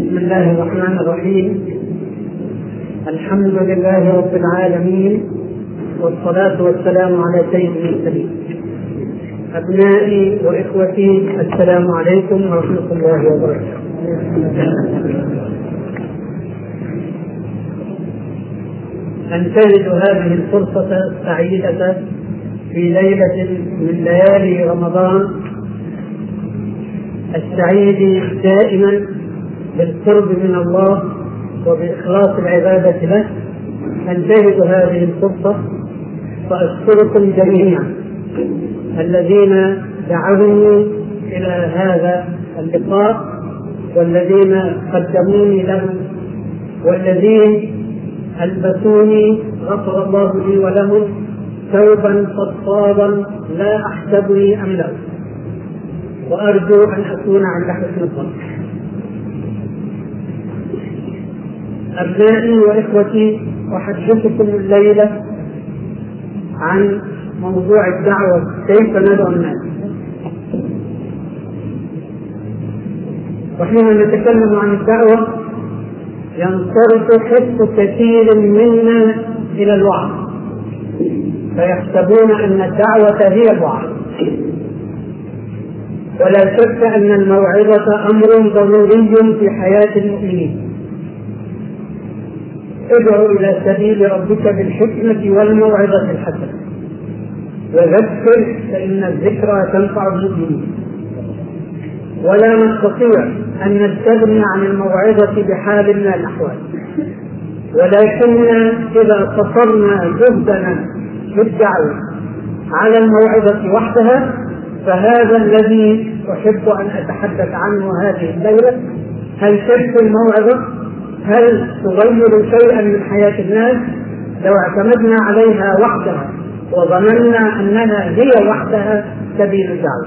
بسم الله الرحمن الرحيم. الحمد لله رب العالمين، والصلاة والسلام على سيد المرسلين. أبنائي وإخوتي، السلام عليكم ورحمة الله وبركاته. أنتهز هذه الفرصة السعيدة في ليلة من ليالي رمضان السعيد دائما بالقرب من الله وبإخلاص العبادة له. أنتهز هذه الفرصة وأشكركم جميعا الذين دعوني إلى هذا اللقاء، والذين قدموني له، والذين ألبسوني غفر الله لي ولهم ثوبا فضفاضا لا أحسبني أملأ، وأرجو أن أكون عند حسن الظن. أبنائي وإخوتي، أحدثكم الليلة عن موضوع الدعوة، كيف ندعو الناس. وحين نتكلم عن الدعوة ينصرف حس كثير منا إلى الوعظ، فيحسبون أن الدعوة هي الوعظ، ولا شك أن الموعظة أمر ضروري في حياة المؤمنين. ادعو إلى سبيل ربك بالحكمة والموعظة الحسنة، وذكر فإن الذكرى تنفع المؤمنين. ولا نستطيع أن نستغني عن الموعظة بحال من الأحوال، ولكننا إذا قصرنا جهدنا بالدعوة على الموعظة وحدها فهذا الذي أحب أن أتحدث عنه هذه الليلة. هل تكفي الموعظة؟ هل تغير شيئا من حياة الناس؟ لو اعتمدنا عليها وحدها وظننا أنها هي وحدها سبيل الدعوة.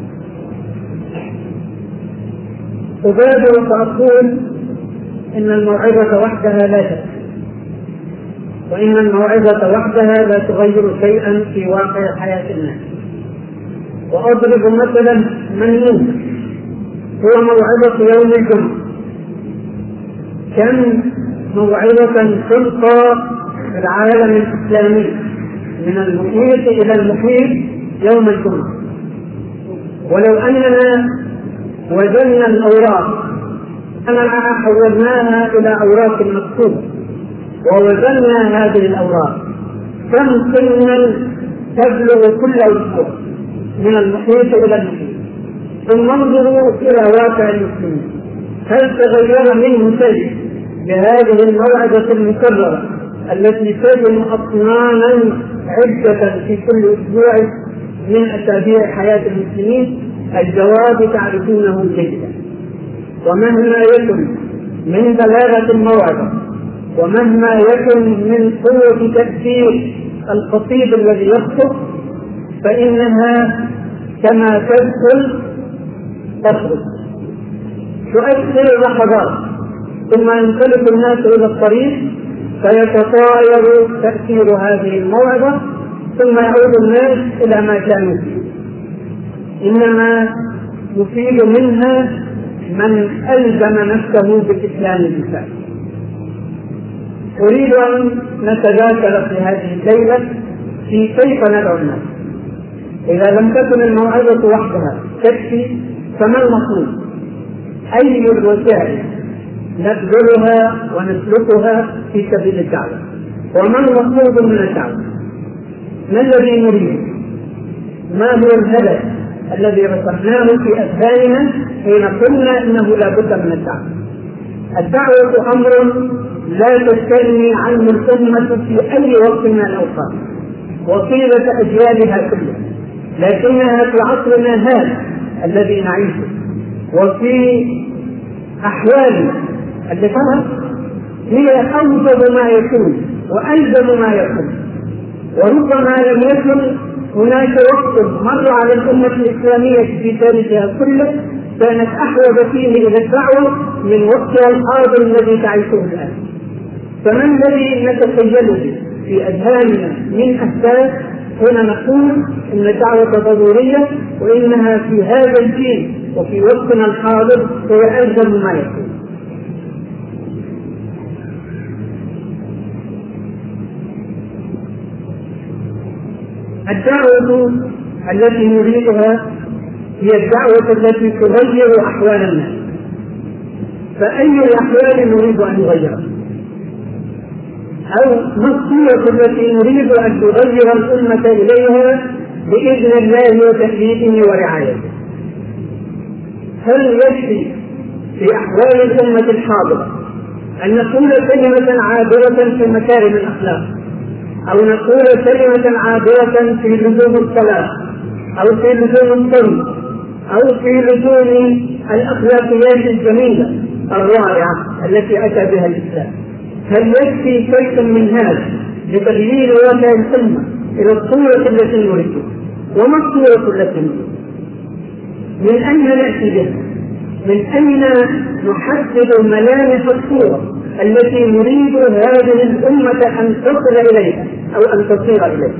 أبادر فأقول إن الموعظة وحدها لا تكفي، وإن الموعظة وحدها لا تغير شيئا في واقع حياة الناس. وأضرب مثلا من هو موعظة يوم الجمعة. كم موعظة تلقى في العالم الإسلامي من المحيط إلى المحيط يوم الجمعة. ولو أننا وزننا الأوراق، أننا حولناها إلى أوراق مكتوبة ووزننا هذه الأوراق، كم سنا تبلغ كل أسبوع من المحيط إلى المحيط. ثم انظروا إلى واقع المسلمين، هل تغير منه شيء بهذه الموعظة المكررة التي تجن أطنانا عدة في كل أسبوع من أسابيع حياة المسلمين؟ الجواب تعرفونه جيدا. ومهما يكن من بلاغة الموعظة، ومهما يكن من قوة تأثير الخطيب الذي يخطب، فإنها كما تدخل تخرج، تؤثر لحظات ثم ينطلق الناس إلى الطريق فيتطاير تأثير هذه الموعظة، ثم يعود الناس إلى ما كانوا فيه. إنما يفيد منها من ألزم نفسه بالإسلام بالفعل. أريد أن نتذاكر في هذه الليلة في كيف ندعو الناس. إذا لم تكن الموعظة وحدها تكفي، فما المطلوب؟ أي الوسائل نبذلها ونسلكها في سبيل الدعوة؟ وما المطلوب من الدعوة؟ ما الذي نريد؟ ما هو الهدف الذي رسمناه في أذهاننا حين قلنا إنه لا بد من الدعوة؟ الدعوة أمر لا تستغني عنه الأمة في أي وقت من الأوقات وطيلة أجيالها كلها، لكنها في عصرنا هذا الذي نعيشه وفي أحوالنا التي هي أوجب ما يكون وألزم ما يكون. وربما لم يكن هناك وقت مر على الأمة الإسلامية في تاريخها كله كانت أحوج فيه إلى الدعوة من وقتها الحاضر الذي تعيشه الآن. فما الذي نتخيله في أذهاننا من أسباب هنا نقول إن الدعوة ضرورية، وإنها في هذا الجيل وفي وقتنا الحاضر هي ألزم ما يكون؟ الدعوة التي نريدها هي الدعوة التي تغير أحوال الناس. فأي الأحوال نريد أن نغيرها؟ أو ما الصورة التي نريد أن تغير الأمة إليها بإذن الله وتأييده ورعايته؟ هل يكفي في أحوال الأمة الحاضرة أن نقول كلمة عابرة في مكارم الأخلاق، أو نقول كلمة عابرة في لزوم الصلاة، أو في لزوم الصوم، أو في لزوم الأخلاقيات الجميلة الرائعة التي أتى بها الإسلام؟ هل يكفي شيء من هذا لتغيير واقع الأمة إلى الصورة التي نريدها؟ وما الصورة التي نريدها؟ من أين نأتي بها؟ من أين نحدد ملامح الصورة التي نريد هذه الأمة أن تصل إليها أو أن تصير إليها؟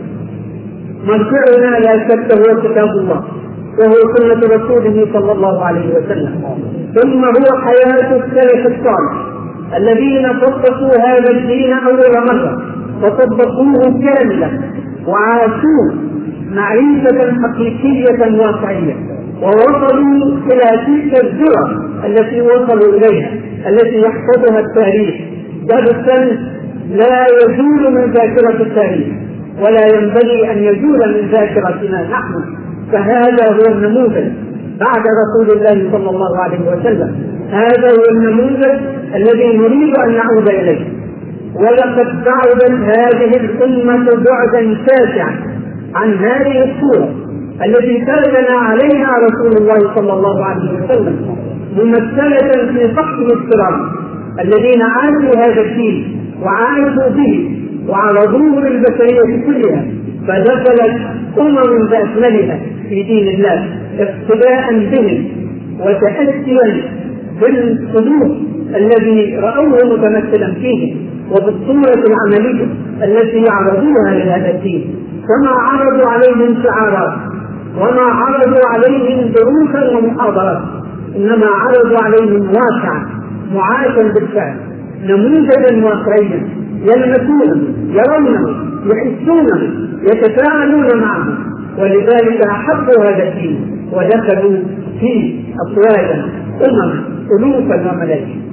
مرجعنا لا شك هو كتاب الله وهو سنة رسوله صلى الله عليه وسلم، ثم هو حياة السلف الصالح الذين طبقوا هذا الدين أول مرة وطبقوه كاملا وعاشوه معرفة حقيقية واقعية، ووصلوا إلى تلك الذرة التي وصلوا إليها التي يحفظها التاريخ درسا لا يزول من ذاكرة التاريخ ولا ينبغي أن يزول من ذاكرتنا نحن. فهذا هو النموذج بعد رسول الله صلى الله عليه وسلم، هذا هو النموذج الذي نريد أن نعود إليه. ولقد بعدت هذه الأمة بعدا شاسعا عن هذه الصورة التي دلنا عليها رسول الله صلى الله عليه وسلم، ممثلة في صحبه الكرام الذين عاشوا هذا الدين وعاشوا به وعرضوه للبشرية كلها، فدخلت بأكملها في دين الله اقتداء بهم وتأسيا بالسلوك الذي رأوه متمثلا فيه وبالصورة العملية التي عرضوها لهذا الدين. فما عرضوا عليهم شعارات وما عرضوا عليهم دروسا ومحاضرات، إنما عرضوا عليهم واقعا معاشا بالفعل، نموذجا واقعيا يلمسونه يرونه يحسونه يتفاعلون معه، ولذلك أحبوا هذا الدين ودخلوا فيه أفواجا ألوفا وملايين.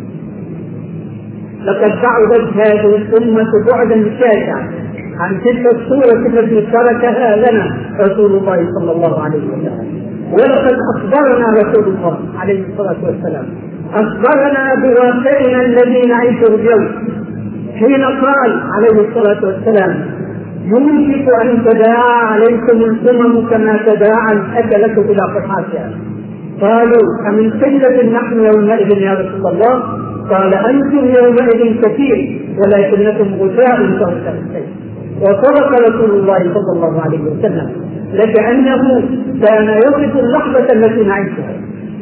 لقد بعدت هذه الأمة بعدا شاسعا عن تلك الصورة التي تركها لنا رسول الله صلى الله عليه وسلم. ولقد أخبرنا رسول الله عليه الصلاة والسلام، أخبرنا بواقعنا الذي نعيشه اليوم، حين قال عليه الصلاة والسلام: يوشك أن تداعى عليكم الأمم كما تداعى الأكلة إلى قحافها. قالوا: أمن قلة نحن يومئذ يا رسول الله؟ قال: أنتم يومئذ كثير ولكنكم غثاء كغثاء السيل. وصدق رسول الله صلى الله عليه وسلم، لكأنه كان يصف اللحظة التي نعيشها.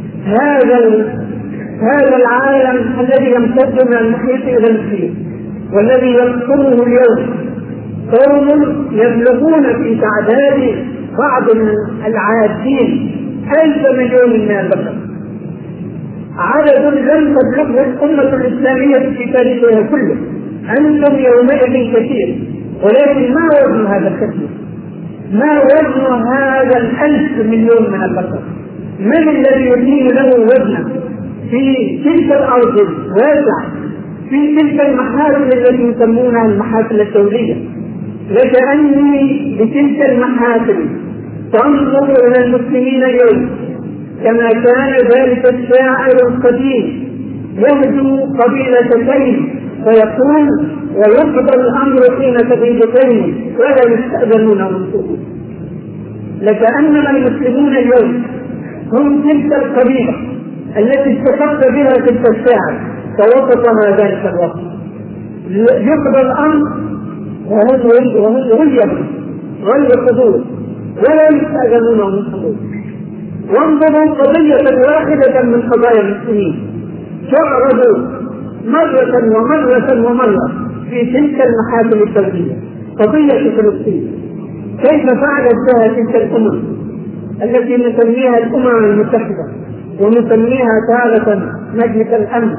هذا العالم الذي يمتد من المحيط إلى المحيط والذي يذكره اليوم قوم يبلغون في تعداد بعض العادين 1000 مليون من البشر، عدد لم تبلغه الأمة الإسلامية في تاريخها كله. أنتم يومئذ كثير، ولكن ما وزن هذا الكثير؟ ما وزن هذا 1000 مليون من البشر؟ من الذي يدين له وزنا في تلك الأرض الواسعة، في تلك المحافل التي يسمونها المحافل الدولية؟ لكأني بتلك المحافل تنظر إلى المسلمين اليوم كما كان ذلك الشاعر القديم يهدو قبيلة تيم فيقول: ويقضى الأمر حين تغيب تيم ولا يستأذنون منصوب. لكأنما المسلمون اليوم هم تلك القبيلة التي استفق بها تلك الشاعر فوصفها ذلك الوقت. يقضى الأمر وهم غير حضور ولا يستأذنون منصوب. وانظروا قضية واحدة من قضايا المسلمين تعرض مرة ومرة في تلك المحافل الدولية، قضية فلسطين. كيف فعلت بها تلك الأمم التي نسميها الأمم المتحدة، ونسميها تارة مجلس الأمن،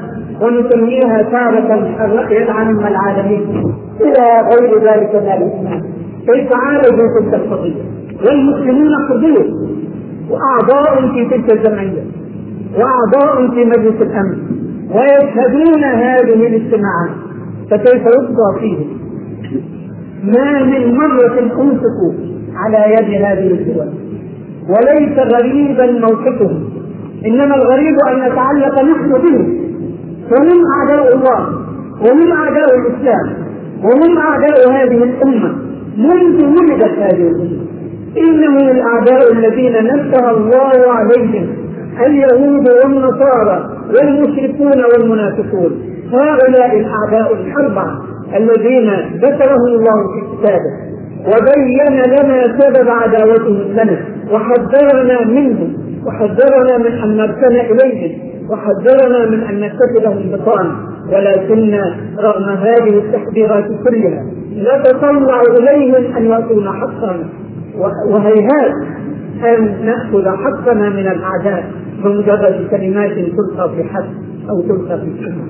ونسميها تارة الرأي العام العالمي إلى غير ذلك من الأسماء؟ كيف عالجوا تلك القضية، والمسلمون حضور وأعضاء في تلك الجمعية وأعضاء في مجلس الأمن ويشهدون هذه الاجتماعات، فكيف يقضى فيهم؟ ما من مرة أنفقوا على يد هذه الدول، وليس غريبا موقفهم، إنما الغريب أن نتعلق نحن بهم، وهم أعداء الله وهم أعداء الإسلام وهم أعداء هذه الأمة منذ ولدت هذه الأمة. إنهم الأعداء الذين نبه الله عليهم، اليهود والنصارى والمشركون والمنافقون. هؤلاء الأعداء الأربعة الذين ذكرهم الله في كتابه وبين لنا سبب عداوتهم لنا وحذرنا منهم وحذرنا من أن نركن إليهم وحذرنا من أن نتخذهم بطانا، ولكن رغم هذه التحذيرات كلها نتطلع إليهم أن يعطونا حقنا، وهيهات أن نأخذ حقنا من الأعداء بمجرد كلمات تلقى في حد أو تلقى في سمع.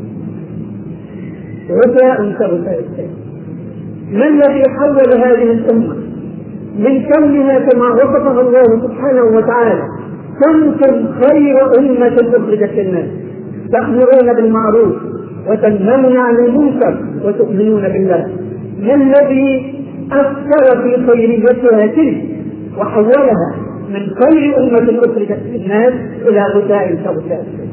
رجاء كرجاء السيف، ما الذي حول هذه الأمة من كونها كما وصفها الله سبحانه وتعالى كنتم خير أمة أخرجت للناس تأمرون بالمعروف وتنهون عن المنكر وتؤمنون بالله؟ ما الذي أثر في خيريتها تلك وحولها من خير أمة أخرجت للناس إلى غثاء كغثاء السيل؟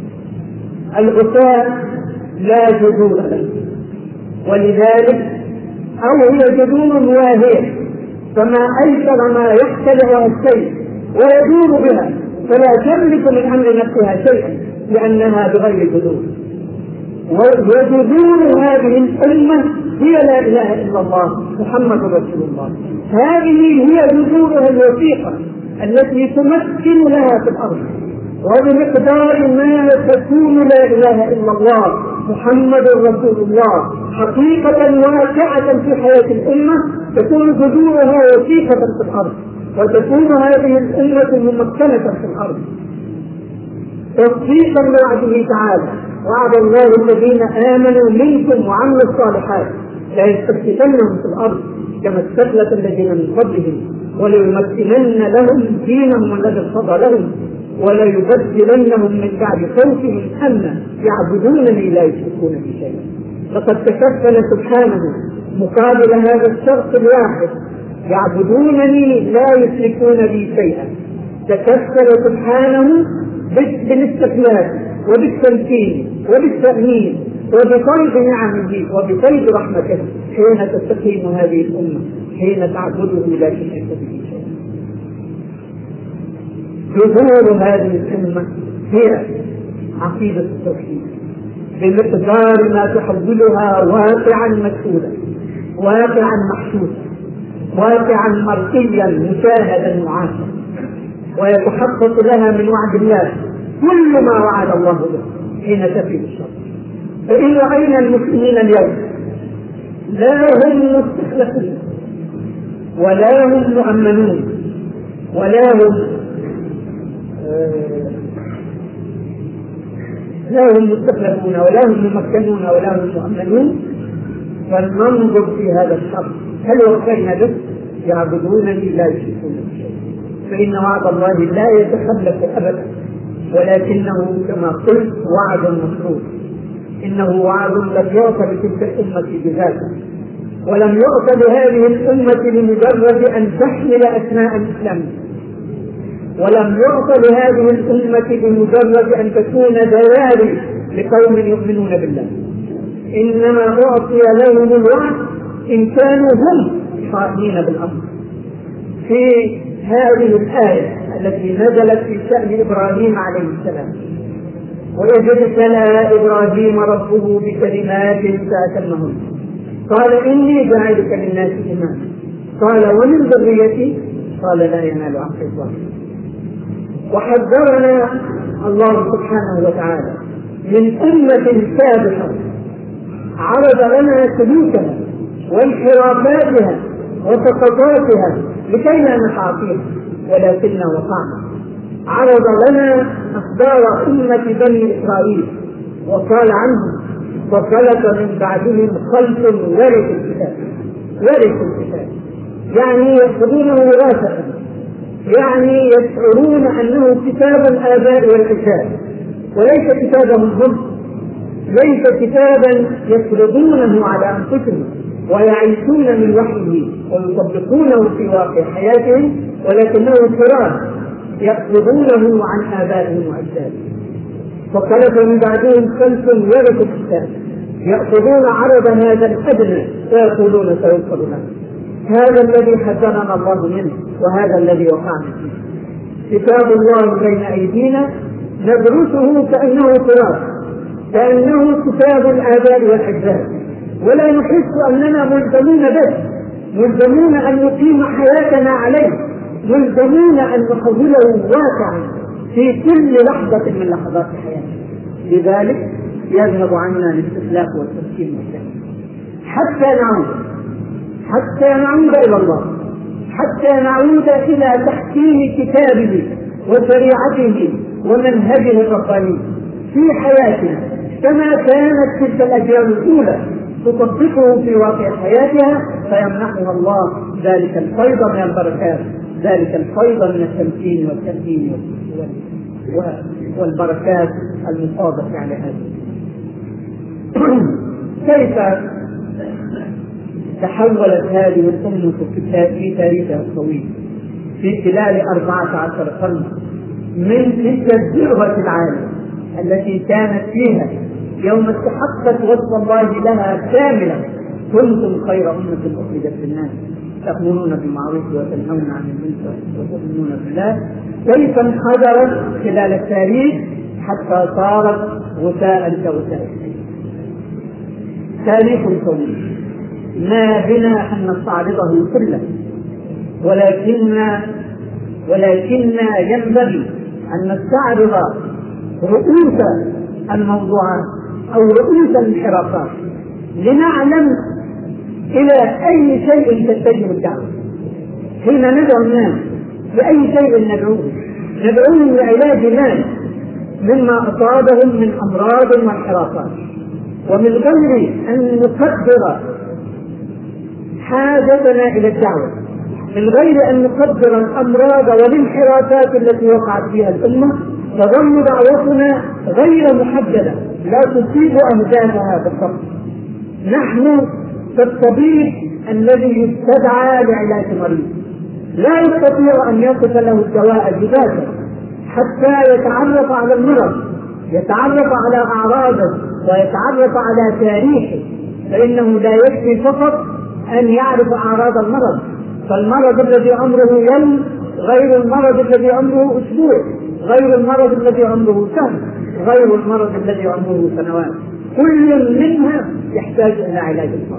الغثاء لا جذور له، ولذلك أو هي جذور واهية، فما أيسر ما يحتلها السيل ويدور بها فلا تملك من أمر نفسها شيئا لأنها بغير جذور. وجذور هذه الأمة هي لا إله إلا الله محمد رسول الله. هذه هي جذورها الوثيقة التي تمكن لها في الأرض، وبمقدار ما تكون لا إله إلا الله محمد رسول الله حقيقة واقعة في حياة الأمة تكون جذورها وثيقة في الأرض، وتكون هذه الأمة ممكنة في الأرض تصديقا لوعده تعالى: وعد الله الذين آمنوا منكم وعملوا الصالحات لا يستخلفنهم في الأرض كما استخلف الذين من قبلهم وليمكنن لهم دينهم الذي ارتضى لهم وليبدلنهم من بعد خوفهم أمنا يعبدونني لا يشركون بي شيئا. لقد تكفل سبحانه مقابل هذا الشرط الواحد: يعبدونني لا يشركون بي شيئا. تكفل سبحانه بالاستقلال وبالتمكين وبالتأمين وبفيض نعمه وبفيض رحمته حين تستقيم هذه الأمة، حين تعبده لا تشرك به شيئا. جذور هذه الأمة هي عقيدة التوحيد بمقدار ما تحولها واقعا مشهودا، واقعا محسوسا، واقعا مرئيا مشاهدا معاشا، ويتحقق لها من وعد الله كل ما وعد الله به حين تفي بالشر. فإن رأينا المسلمين اليوم لا هم مستخلفون ولا هم مؤمنون ولا هم مستخلفون ولا هم ممكنون ولا هم مؤمنون، فلننظر في هذا الشر هل وفينا به؟ يعبدونني لا يشركون بي شيئا. فإن وعد الله لا يتخلف أبدا، ولكنه كما قلت وعد مفروض. إنه وعد لم يعطى لتلك الأمة بذاته، ولم يعطى لهذه الأمة لمجرد أن تحمل أسماء الإسلام، ولم يعطى لهذه الأمة بمجرد أن تكون دلائل لقوم يؤمنون بالله، إنما أعطي لهم الوعد إن كانوا هم قائمين بالأمر. في هذه الآية التي نزلت في شأن إبراهيم عليه السلام: وإذ ابتلى إبراهيم ربه بكلمات فأتمهن قال إني جاعلك للناس إماما قال ومن ذريتي قال لا ينال عهد الظالمين. وحذرنا الله سبحانه وتعالى من أمة سابقة عرض لنا سلوكها وانحرافاتها وسقطاتها لكي لا نقع فيها، ولكننا وقعنا. عرض لنا أخبار أمة بني إسرائيل وقال عنهم: وخلق من بعدهم خلف ورثوا الكتاب ورثوا الكتاب، يعني يأخذونه وراثة، يعني يشعرون أنه كتاب الآباء والأجداد وليس كتابهم هم، ليس كتابا يفرضونه على أنفسهم ويعيشون من وحيه ويطبقونه في واقع حياتهم، ولكنه تراث يأخذونه عن آبائهم وأجدادهم. فخلف من بعدهم خلف ورثوا الكتاب يأخذون عرض هذا الأدنى ويقولون سيغفر لنا. هذا الذي حذرنا الله منه وهذا الذي وقعنا فيه. كتاب الله بين أيدينا ندرسه كأنه تراث، كأنه كتاب الآباء والأجداد، ولا نحس أننا ملزمون به، ملزمون أن نقيم حياتنا عليه، ملزمون أن نحوله واقعا في كل لحظة من لحظات حياتنا. لذلك يذهب عنا الاستسلاف والتسكين والتهميش حتى نعود إلى الله، حتى نعود إلى تحكيم كتابه وشريعته ومنهجه الرباني في حياتنا كما كانت تلك الأجيال الأولى تطبقه في واقع حياتها، فيمنحها الله ذلك الفيض من البركات، ذلك الفيض من التمكين والتمكين والبركات المصادقة على هذا. كيف تحولت هذه الأمة في تاريخها الطويل في خلال 14 قرن من تلك الذروة العالية التي كانت فيها يوم استحقت وصف الله لها كاملا: كنتم خير أمة أخرجت للناس تأمرون بالمعروف وتنهون عن المنكر وتؤمنون بالله. كيف انحدرت خلال التاريخ حتى صارت غثاء كغثاء السيل. تاريخ طويل ما بنا أن نستعرضه كله، ولكن ينبغي أن نستعرض رؤوس الموضوعات أو رؤوس الانحرافات لنعلم إلى أي شيء تتجه الدعوة. حين ندعو الناس لأي شيء ندعوهم لعلاج الناس مما أصابهم من أمراض وانحرافات، ومن غير أن نقدر حاجتنا إلى الدعوة، من غير أن نقدر الأمراض والانحرافات التي وقعت فيها الأمة، تظل دعوتنا غير محددة لا تصيب أهدافها بالضبط. نحن كالطبيب الذي يستدعى لعلاج مريض لا يستطيع أن يصف له الدواء بذاته حتى يتعرف على المرض، يتعرف على أعراضه ويتعرف على تاريخه، فإنه لا يكفي فقط أن يعرف أعراض المرض، فالمرض الذي عمره يوم غير المرض الذي عمره أسبوع، غير المرض الذي عمره سنة، غير المرض الذي عمره سنوات، كل منها يحتاج إلى علاج خاص.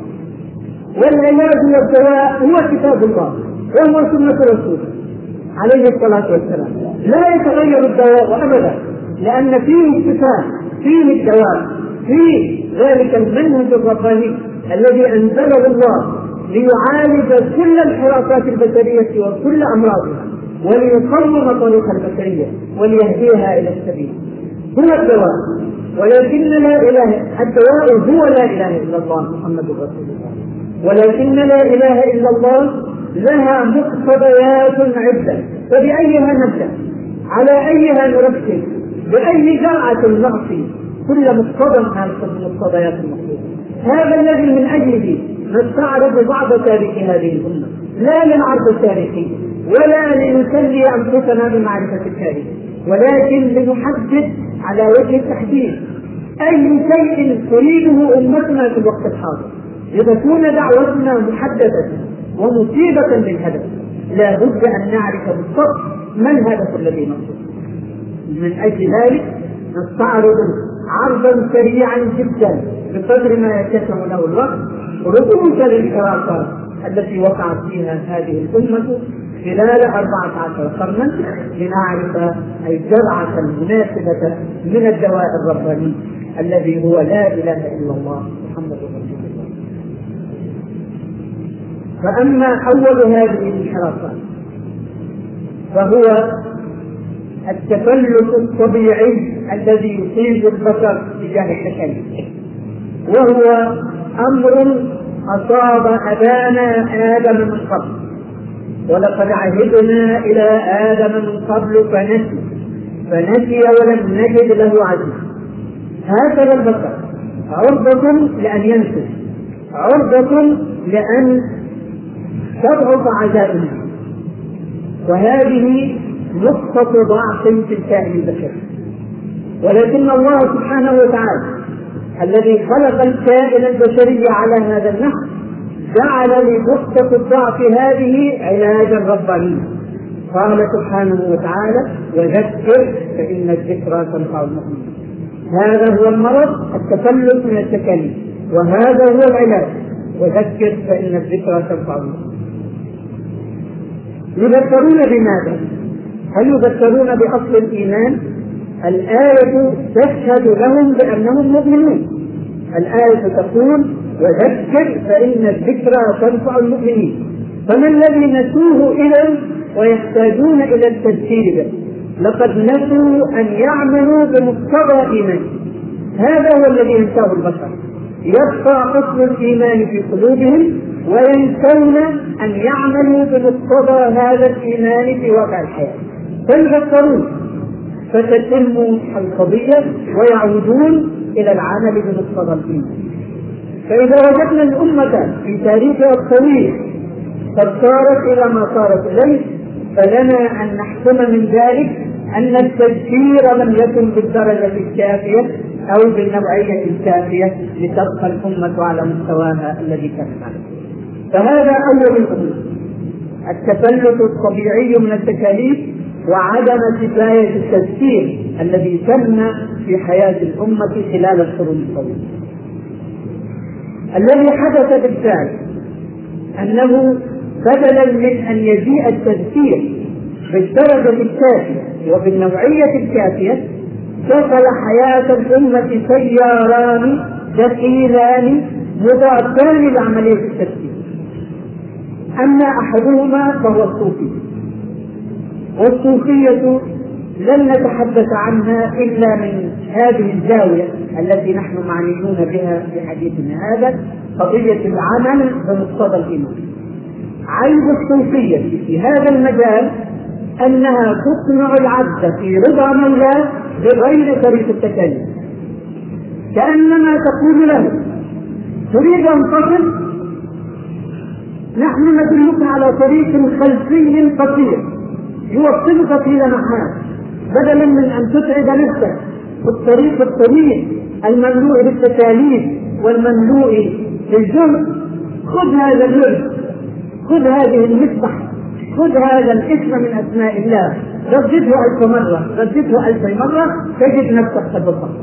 والعلاج والدواء هو كتاب الله وهو سنة رسوله عليه الصلاة والسلام، لا يتغير الدواء أبدا، لأن فيه الشفاء، فيه الدواء، فيه ذلك المنهج الرباني الذي أنزله الله ليعالج كل الانحرافات البشرية وكل أمراضها وليقوم طريق البشرية وليهديها إلى السبيل. هو الدواء، ولكن لا إله، الدواء هو لا إله إلا الله محمد رسول الله، ولكن لا إله إلا الله لها مقتضيات عدة، فبأيها نبدأ؟ على أيها نركز؟ بأي جرعة نعطي كل مقتضى من المقتضيات المطلوبة؟ هذا الذي من أجله نستعرض بعض تاريخ هذه الأمة، لا للعرض التاريخي ولا لنسلي أنفسنا بمعرفة التاريخ، ولكن لنحدد على وجه التحديد أي شيء تريده أمتنا في الوقت الحاضر لتكون دعوتنا محددة ومصيبة للهدف. لا بد أن نعرف بالضبط ما الهدف الذي نقصده. من أجل ذلك نستعرض عرضا سريعا جدا بقدر ما يتسع له الوقت رؤوس الانحرافات التي وقعت فيها هذه الأمة خلال 14 قرنا، لنعرف الجرعة المناسبة من الدواء الرباني الذي هو لا إله إلا الله محمد رسول الله. فأما أول هذه الانحرافات فهو التفلت الطبيعي الذي يصيب البشر تجاه التكلف، وهو أمر أصاب أبانا آدم من قبل، ولقد عهدنا إلى آدم من قبل فنسي ولم نجد له عزيزا. هكذا البشر عرضة لأن ينسوا، عرضة لأن تضعف عزائمهم، وهذه نقطة ضعف في الكائن البشري. ولكن الله سبحانه وتعالى الذي خلق الكائن البشري على هذا النحو جعل لنقطة الضعف هذه علاجا ربانيا. قال سبحانه وتعالى: وذكر فإن الذكرى تنفع المؤمنين. هذا هو المرض، التفلت من التكاليف، وهذا هو العلاج، وذكر فإن الذكرى تنفع المؤمنين. يذكرون بماذا؟ هل يذكرون بأصل الإيمان؟ الآية تشهد لهم بأنهم مؤمنون. الآية تقول: وذكر فإن الذكرى تنفع المؤمنين. فما الذي نسوه إذن ويحتاجون إلى التذكير به؟ لقد نسوا أن يعملوا بمقتضى إيمانهم. هذا هو الذي ينساه البشر، يبقى أصل الإيمان في قلوبهم وينسون أن يعملوا بمقتضى هذا الإيمان في واقع الحياة. فيذكرون فتتم القضية ويعودون إلى العمل بمقتضى الإيمان. فإذا وجدنا الأمة في تاريخها الطويل قد صارت إلى ما صارت إليه، فلنا أن نحكم من ذلك أن التذكير لم يكن بالدرجة الكافية أو بالنوعية الكافية لتبقى الأمة على مستواها الذي كانت عليه. فهذا أول الأمور، التفلت الطبيعي من التكاليف وعدم كفاية التذكير الذي تم في حياة الأمة خلال القرون الطويلة. الذي حدث بالفعل أنه بدلا من أن يجيء التذكير بالدرجة الكافية وبالنوعية الكافية، شغل حياة الأمة سياران ثقيلان مضادان لعملية التذكير. أما أحدهما فهو الصوفي، والصوفية لن نتحدث عنها إلا من هذه الزاوية التي نحن معنيون بها في حديثنا هذا، قضية العمل بمقتضى الإيمان. عيب الصوفية في هذا المجال أنها تقنع العبد في رضا مولاه بغير طريق التكاليف، كأنما تقول له: تريد أن تصل؟ نحن ندلك على طريق خلفي قصير يوصلك في لمحات، بدلا من أن تتعب نفسك في الطريق الطويل المملوء بالتكاليف والمملوء بالجهد. خذ هذا الورد، خذ هذه المسبح، خذ هذا الاسم من أسماء الله، ردده 1000 مرة، ردده 2000 مرة، تجد نفسك قد وصلت.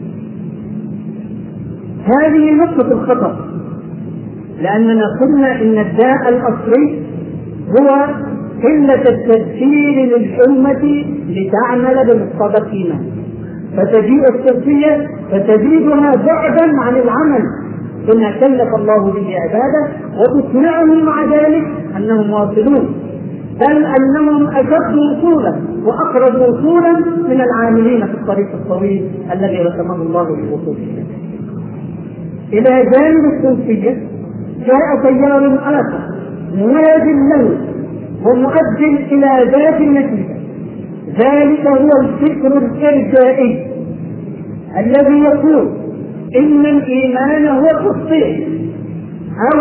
هذه نقطة الخطأ، لأننا قلنا إن الداء الأصلي هو قلة التذكير للأمة لتعمل بمقتضى الإيمان، فتجيء الصوفية فتزيدها بعدا عن العمل بما كلف الله به عباده، وتقنعهم مع ذلك أنهم واصلون، بل أنهم أشد وصولا وأقرب وصولا من العاملين في الطريق الطويل الذي رسمه الله للوصول إليه. إلى جانب الصوفية جاء تيار آخر مواد له ومؤدي إلى ذات النتيجة، ذلك هو الفكر الإرجائي الذي يقول إن الإيمان هو التصديق، أو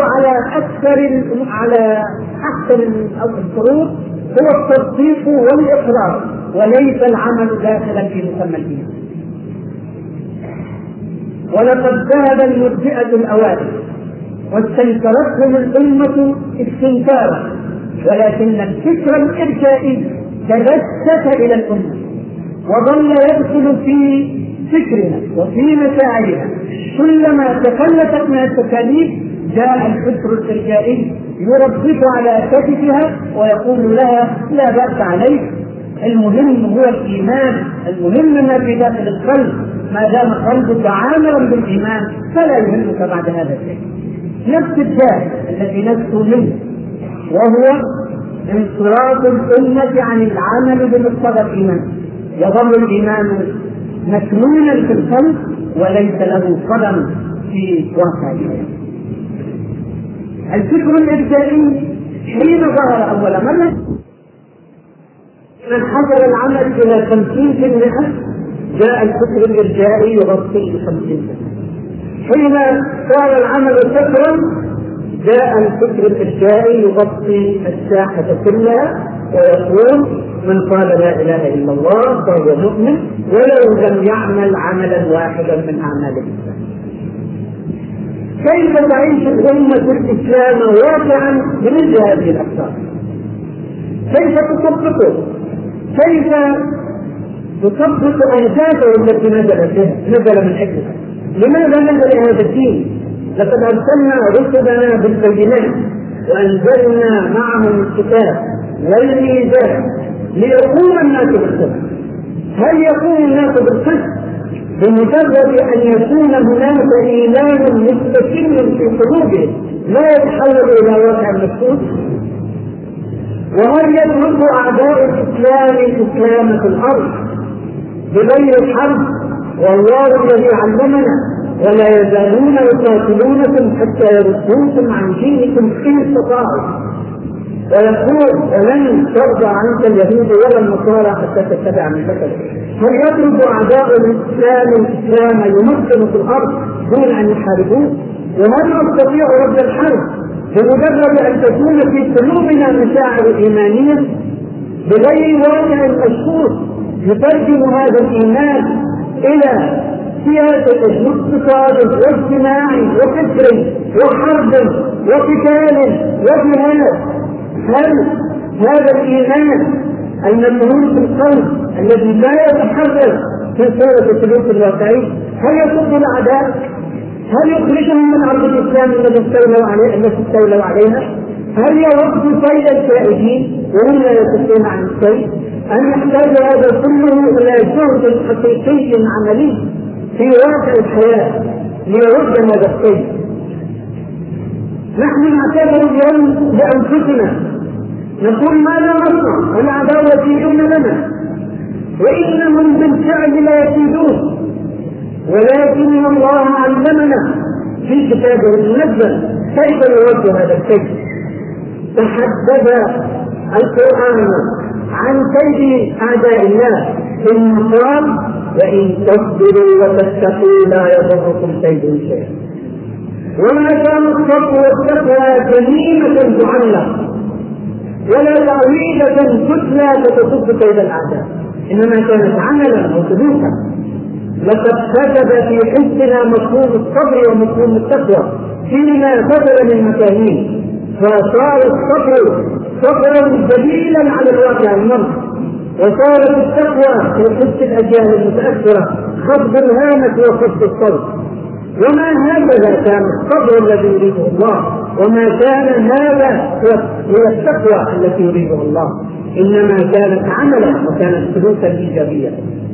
على أحسن الشروط هو التصديق والإقرار، وليس العمل داخلا في مسمى الإيمان. ولقد ذهب المرجئة الأوائل واستنكرتهم الأمة استنكارا، ولكن الفكر الإرجائي تبثت إلى الأمة وظل يدخل في فكرها وفي مشاعرها. كلما تخلفت من التكاليف جاء الفكر الإرجائي يربط على كتفها ويقول لها: لا بأس عليك، المهم هو الإيمان، المهم ما في داخل القلب، ما دام قلبك عامرا بالإيمان فلا يهمك بعد هذا الشيء. نفس الداء الذي نسوا منه، وهو انصراف الأمة عن العمل بمقتضى الإيمان. يظل الإيمان مكنونا في القلب وليس له قدم في واقع الحياة. الفكر الإبداعي حين ظهر أول مرة من حصل العمل إلى 50% جاء الفكر الإبداعي يغطي 50%. حين صار العمل فكرا جاء الفكر الإبداعي يغطي الساحة كلها ويقول من قال لا إله إلا الله فهو مؤمن ولو لم يعمل عملا واحدا من أعمال الإسلام. كيف تعيش الأمة الإسلام واقعا بمثل هذه الأفكار؟ كيف تطبقه؟ كيف تطبق أهدافه التي نزل من أجلها؟ لماذا نزل هذا الدين؟ لقد أرسلنا رسلنا بالبينات وأنزلنا معهم الكتاب والميزان ليقوم الناس بالقسط. هل يقوم الناس بالقسط بمجرد أن يكون هناك إيمان مستقل في قلوبهم لا يتحول إلى واقع مشهود؟ وهل يترك أعداء الإسلام الإسلام في الأرض بغير حرب والله الذي علمنا ولا يزالون يقاتلونكم حتى يردوكم عن دينكم إن استطاعوا ويقول ولن ترضى عنك اليهود ولا النصارى حتى تتبع ملتهم؟ هل يترك أعداء الإسلام يمكن في الأرض دون أن يحاربوه؟ وهل نستطيع رد الحرب بمجرد أن تكون في قلوبنا مشاعر إيمانية بغير واقع مشهود يترجم هذا الإيمان إلى سياسة واقتصاد واجتماعي وفكري وحرب وقتال وجهاد؟ هل هذا الإيمان الممهول في القلب الذي لا يتحرك في صورة السلوك الواقعي هل يصد الأعداء؟ هل يخرجهم من أرض الإسلام التي استولوا عليها؟ هل يرد كيد الكائدين وهم لا يصدون عن الكيد؟ أن يحتاج هذا كله إلى جهد حقيقي عملي في واقع الحياة ليرد هذا الكيد؟ نحن نعتبر اليوم بأنفسنا نقول ماذا نصنع والأعداء يكيدون لنا وإنهم بالفعل لا يكيدون، ولكن الله علمنا في كتابه المنزل كيف نرد هذا الكيد. تحدث القرآن عن كيد أعداء الله ثم قال وإن تصبروا وتتقوا لا يضركم كيدهم شيئا. وما كان الصبر والتقوى جريمة تعلق ولا تعويذة تتلى فتصد كيد الأعداء، إنما كانت عملا وسلوكا. لقد كتب في حسنا مفهوم الصبر ومفهوم التقوى فيما بدل من مكانين، فصار الصبر صبرا دليلا على الواقع المرض، وصارت التقوى في حس الأجيال المتأثرة خفض الهامة وخفض الصوت. وما هكذا كان الصبر الذي يريده الله، وما كان هذا هو التقوى التي يريده الله، إنما كانت عملا وكانت سلوكا إيجابيا.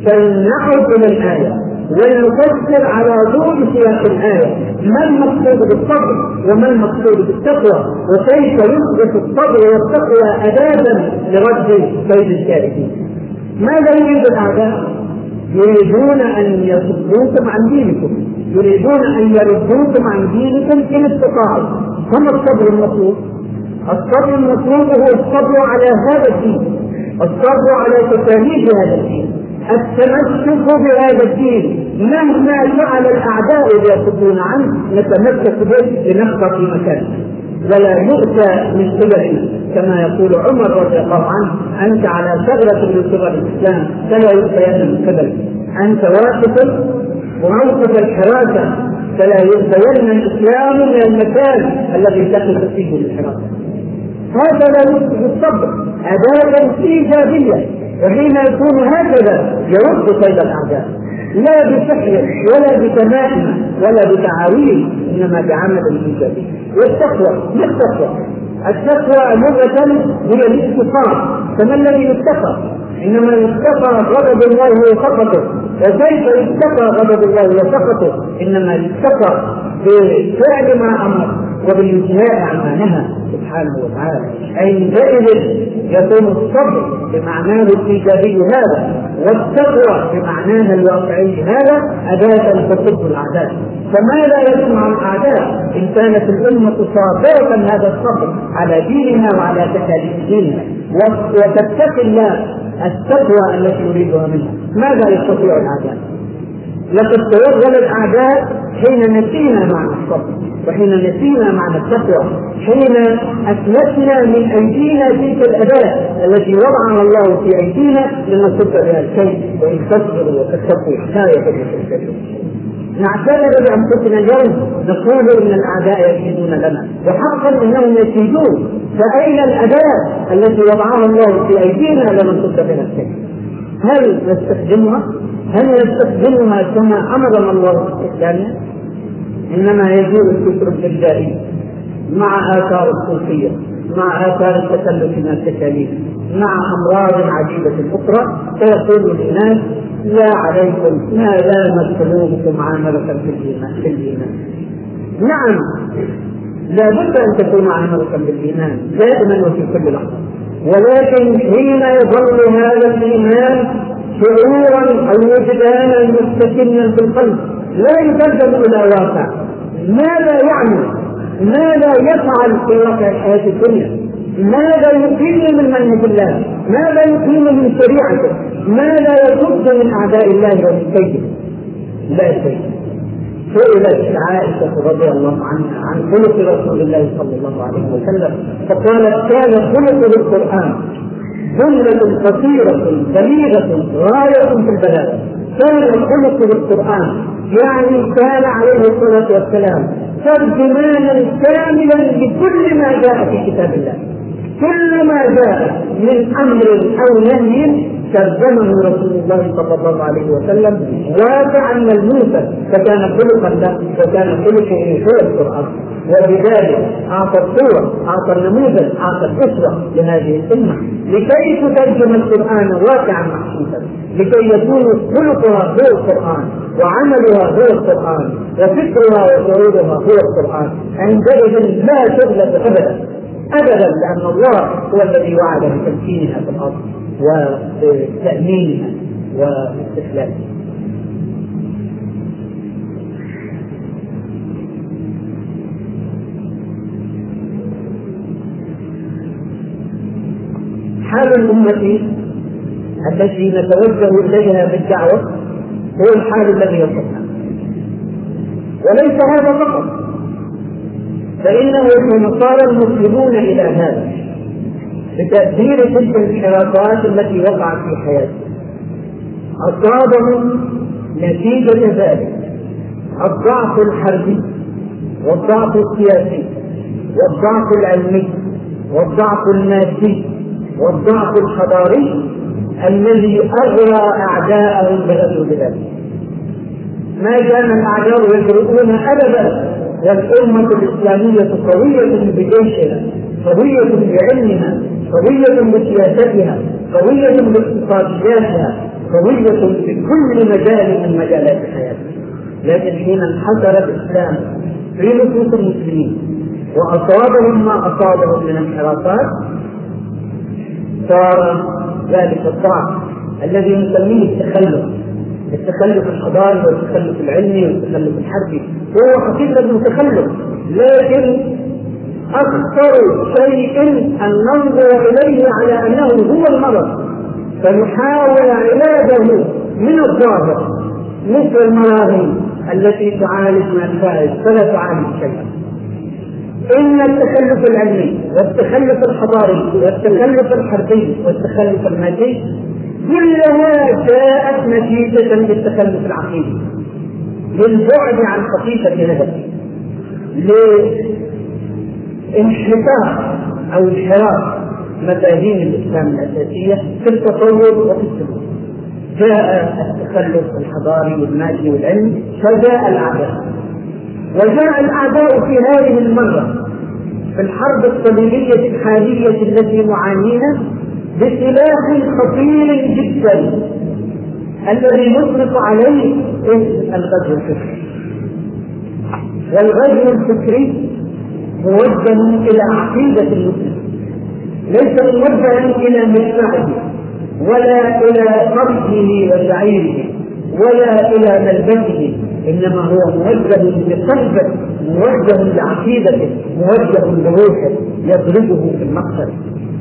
فلنعد إلى الآية ونفسر على ضوء سياق الآية ما المقصود بالصبر وما المقصود بالتقوى، وكيف يثبت الصبر والتقوى أداة لرد كيد الكائدين. ماذا يريد الأعداء؟ يريدون أن يصدوكم عن دينكم، يريدون أن يردوكم عن دينكم إن استطاعوا. فما الصبر المطلوب؟ الصبر المطلوب هو الصبر على هذا الدين، الصبر على تكاليف هذا الدين، التمسك بهذا الدين مهما فعل الأعداء يصدون عنه نتمسك به لنبقى في مكانه ولا نؤتى من قبله، كما يقول عمر رضي الله عنه أنت على ثغرة من ثغر الإسلام فلا يؤتين من قبله، أنت واقف وموقف الحراسة فلا يؤتين الإسلام من المكان الذي تقف فيه الحراسة. هذا لا يثبت الصبر أداة إيجابية، وحين يكون هكذا يرد كيد الأعداء لا بسحر ولا بتمائم ولا بتعاويل، إنما بعمل إيجابي. والتقوى ما التقوى؟ التقوى لغة هي الاستقامة، فما الذي يتقى؟ إنما يتقى غضب الله وسخطه. وكيف يتقى غضب الله وسخطه؟ إنما يتقى بفعل ما أمر وبالانتهاء عما نهى. سبحانه وتعالى. عندئذ يكون الصبر بمعناه الإيجابي هذا والتقوى بمعناها الواقعي هذا أداة تصد الأعداء. فماذا يصنع الأعداء إن كانت الأمة صابرة هذا الصبر على دينها وعلى تكاليف دينها وتتقي الله التقوى التي يريدها منها؟ ماذا يستطيع الأعداء؟ لقد توغل الأعداء حين نسينا معنى الصبر وحين نسينا معنى التقوى، حين أسلفنا من أيدينا تلك الأداة التي وضعها الله في أيدينا لنصد بها الكيد. وإن تصبروا وتتقوا لا يضركم الكيد. نعتبر بأنفسنا اليوم نقول إن الأعداء يكيدون لنا، وحقا إنهم يكيدون، فأين الأداة التي وضعها الله في أيدينا لنصد بها الكيد؟ هل نستخدمها؟ هل نستخدمها كما أمرنا الله باستخدامها؟ إنما يزول الكفر الجدائي مع آثار الصوفية، مع آثار التكلف من التكاليف، مع أمراض عديدة أخرى، فيقول الناس لا عليكم ما دامت قلوبكم عاملة في الإيمان. نعم، لا بد أن تكون عاملة بالإيمان دائما وفي كل لحظة، ولكن حين يظل هذا الإيمان شعورا أو وجدانا مستكنا في القلب لا يترجم إلى واقع، ماذا يعمل؟ ماذا يفعل في واقع الحياة الدنيا؟ ماذا يقيم من منهج الله؟ ماذا يقيم من شريعته؟ ماذا يصد من أعداء الله ومن كيده؟ لا شيء. سئلت عائشة رضي الله عنها عن خلق رسول الله صلى الله عليه وسلم فقالت كان خلقه القرآن، جملة قصيرة بليغة غاية في البلاغة. كان خلقه القرآن يعني كان عليه الصلاة والسلام ترجمانا كاملا لكل ما جاء في كتاب الله. كل ما جاء من أمر أو نهي ترجمه رسول الله صلى الله عليه وسلم واقعا ملموسا، فكان خلقا له وكان خلقه هو القرآن. وبذلك أعطى الصورة، أعطى النموذج، أعطى الأسرة لهذه الأمة لكي تترجم القرآن واقعا محسوسا، لكي يكون خلقها هو القرآن وعملها هو القرآن وفكرها وشعورها هو القرآن. عندئذ لا تغلب أبدا لأن الله هو الذي وعد بتمكينها في الأرض وتأمينها واستخلافها. حال الأمة التي نتوجه إليها بالدعوة هو الحال الذي يصفنا، وليس هذا فقط، فإنه صار المسلمون إلى هذا بتأثير تلك الانحرافات التي وقعت في حياتهم. أصابهم نتيجة ذلك الضعف الحربي والضعف السياسي والضعف العلمي والضعف المادي والضعف الحضاري الذي أغرى أعداءهم بغزو بلادهم. ما كان الأعداء يجرؤون أبدا، والأمة الإسلامية قوية بجيشها، قوية بعلمها، قوية بسياستها، قوية باقتصادياتها، قوية في كل مجال من مجالات حياتها. لكن حين انحصر الإسلام في نفوس المسلمين وأصابهم ما أصابهم من انحرافات صار ذلك الضعف الذي نسميه التخلف الحضاري والتخلف العلمي والتخلف الحربي هو حقيقة متخلف، لكن أكثر شيء أن ننظر إليه على أنه هو المرض فنحاول علاجه من الظاهر، مثل المراهم التي تعالج من الفائز فلا تعالج شيئا. إن التخلف العلمي والتخلف الحضاري والتخلف الحربي والتخلف المادي كلها جاءت نتيجة للتخلف العقيدي، للبعد عن خطيئة الهدف، لانحطاط أو انحراف مفاهيم الإسلام الأساسية في التصور وفي السلوك. جاء التخلف الحضاري والمادي والعلمي فجاء الأعداء، وجاء الأعداء في هذه المرة في الحرب الصليبية الحالية التي نعانيها بسلاح خطير جدا الذي يطلق عليه الغزو الفكري. والغزو الفكري موجه إلى عقيدة المسلم، ليس موجها إلى مدفعه ولا إلى قرضه وشعيره ولا إلى ملبسه، إنما هو موجه لقلبه، موجه لعقيدته، موجه لروحه يطلبه في المقصد.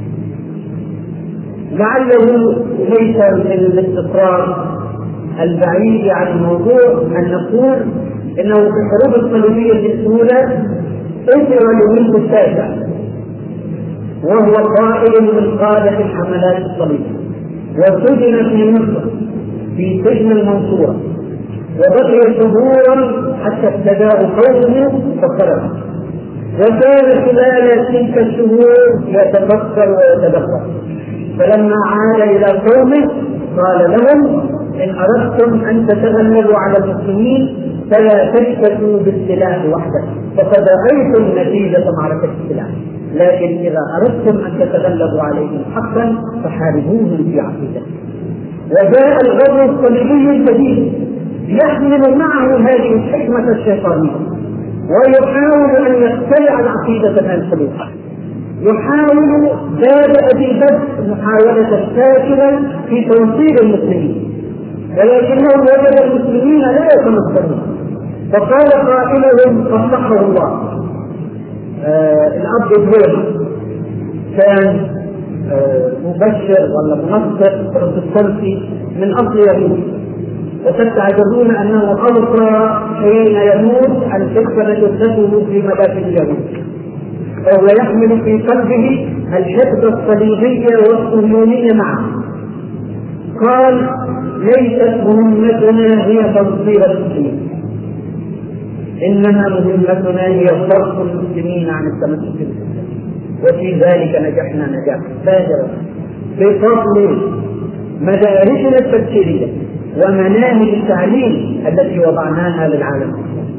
لعله ليس من الاستقرار البعيد عن الموضوع أن نقول إنه في الحروب الصليبية الأولى أسر لويس التاسع وهو قائد من قادة الحملات الصليبية، وسجن في مصر في سجن المنصورة، وبقي شهورا حتى ابتداه قومه فخرج، وكان خلال تلك الشهور يتفكر ويتدبر. فلما عاد إلى قومه قال لهم: إن أردتم أن تتغلبوا على المسلمين فلا تكتفوا بالسلاح وحده، فقد رأيتم نتيجة معركة السلاح، لكن إذا أردتم أن تتغلبوا عليهم حقا فحاربوهم في عقيدة. وجاء الغزو الصليبي الجديد يحمل معه هذه الحكمة الشيطانية، ويحاول أن يخترع العقيدة من الحلول، يحاول بادئ ذي بدء محاولة فاشلة في توصيل المسلمين، ولكنه وجد المسلمين لا يتمكنون، فقال قائلهم قصحه الله. الأب إبراهيم كان مبشر ولا منصر بروتستانتي من أصل يهودي، وقد تعجبون أنه أوصى حين يموت أن تكسر جثته في مدافن اليهود، فهو يحمل في قلبه الحقد الصليبي والصهيوني معه. قال: ليست مهمتنا هي تنصير المسلمين، إنما مهمتنا هي صرف المسلمين عن التمسك بالإسلام، وفي ذلك نجحنا نجاحا باهرا بفضل مدارسنا التفسيرية ومناهج التعليم التي وضعناها للعالم.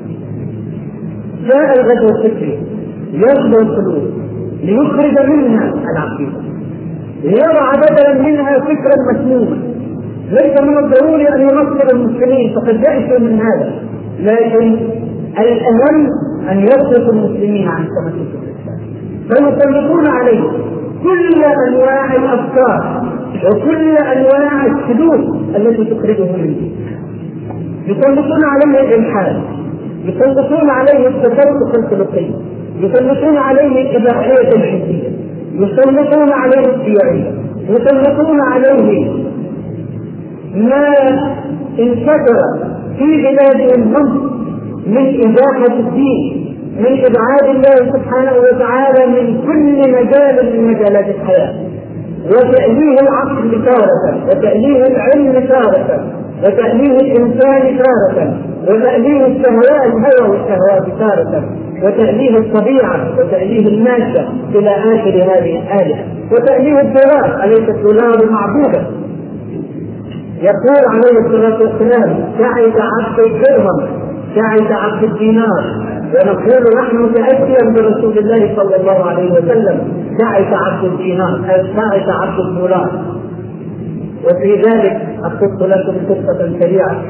جاء الغزو الفكري يغزو القلوب ليخرج منها العقيدة، ليضع بدلا منها فكرا مسموما. ليس من الضروري أن ينصر المسلمين، فقد يأسوا من هذا، لكن الأهم أن يصرف المسلمين عن التمسك بالإسلام، فيسلطون عليه كل أنواع الأفكار وكل أنواع السلوك التي تخرجه من دين. يسلطون عليه الإلحاد، يسلطون عليه التسلط الخلقي، يسلطون عليه الإباحية الحسية، يسلطون عليه الشيوعية، يسلطون عليه ما انتشر في بلادهم من إباحة الدين، من إبعاد الله سبحانه وتعالى من كل مجال من مجالات الحياة، وتأليه العقل تارة، وتأليه العلم تارة، وتأليه الإنسان تارة، وتأليه الشهوات الهوى والشهوات تارة، وتأليه الطبيعة وتأليه المادة إلى آخر هذه الآلهة، وتأليه الدولار. أليس الدولار معبودة؟ يقول عليه الصلاة والسلام: تعس عبد الدرهم، تعس عبد الدينار. ونقول نحن تأتيا برسول الله صلى الله عليه وسلم: تعس عبد الدينار، تعس عبد الدولار. وفي ذلك أقص لكم قصة سريعة.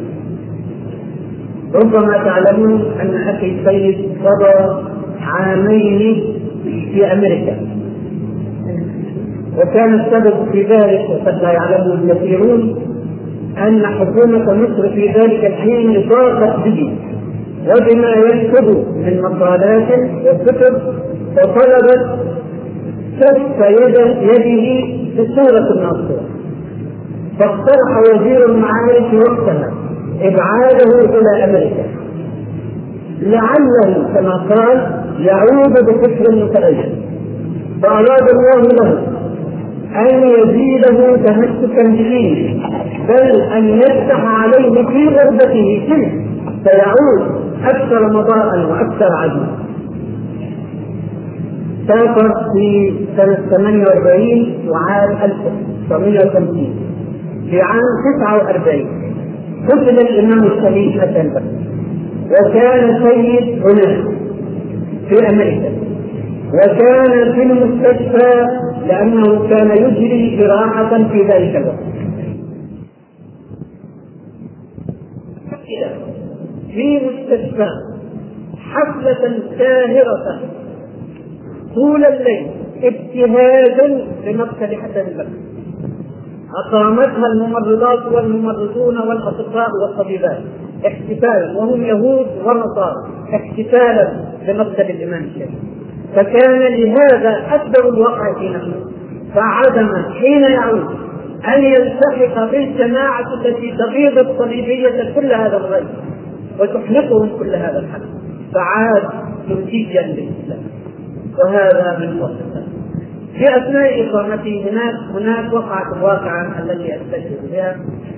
ربما تعلمون أن أخي السيد قضى عامين في أمريكا، وكان السبب في ذلك وقد لا يعلمه الكثيرون أن حكومة مصر في ذلك الحين ضاقت به وبما يكتب من مقالات وكتب، وطلبت كف يده بصورة الناصرة. فاقترح وزير المعارف وقتها إبعاده إلى أمريكا، لعله كما قال يعود بفكر متغير. فأراد الله له أن يزيده تمسكا بدينه، بل أن يفتح عليه في غربته سلك فيعود أكثر مضاء وأكثر عزما. سافر في سنة 48 وعام 1950. في عام 49 قتل الإمام الخليفة البكر، وكان سيد هناك في أمريكا، وكان في المستشفى لأنه كان يجري جراحة في ذلك الوقت. في مستشفى حفلة ساهرة طول الليل ابتهاجا لمقتل حسن البصري. أقامتها الممرضات والممرضون والأطباء والطبيبات احتفالا، وهم يهود ونصارى، احتفالا لمقتل الإمام الشافعي. فكان لهذا أكبر الوقع في نفسه، فعدم حين يعود أن يلتحق بالجماعة التي تغيظ الصليبية كل هذا الغيظ وتحنقهم كل هذا الحق، فعاد منتجا للإسلام. وهذا من وصفه. في أثناء إقامته هناك وقعت الواقعة التي أستشهد بها.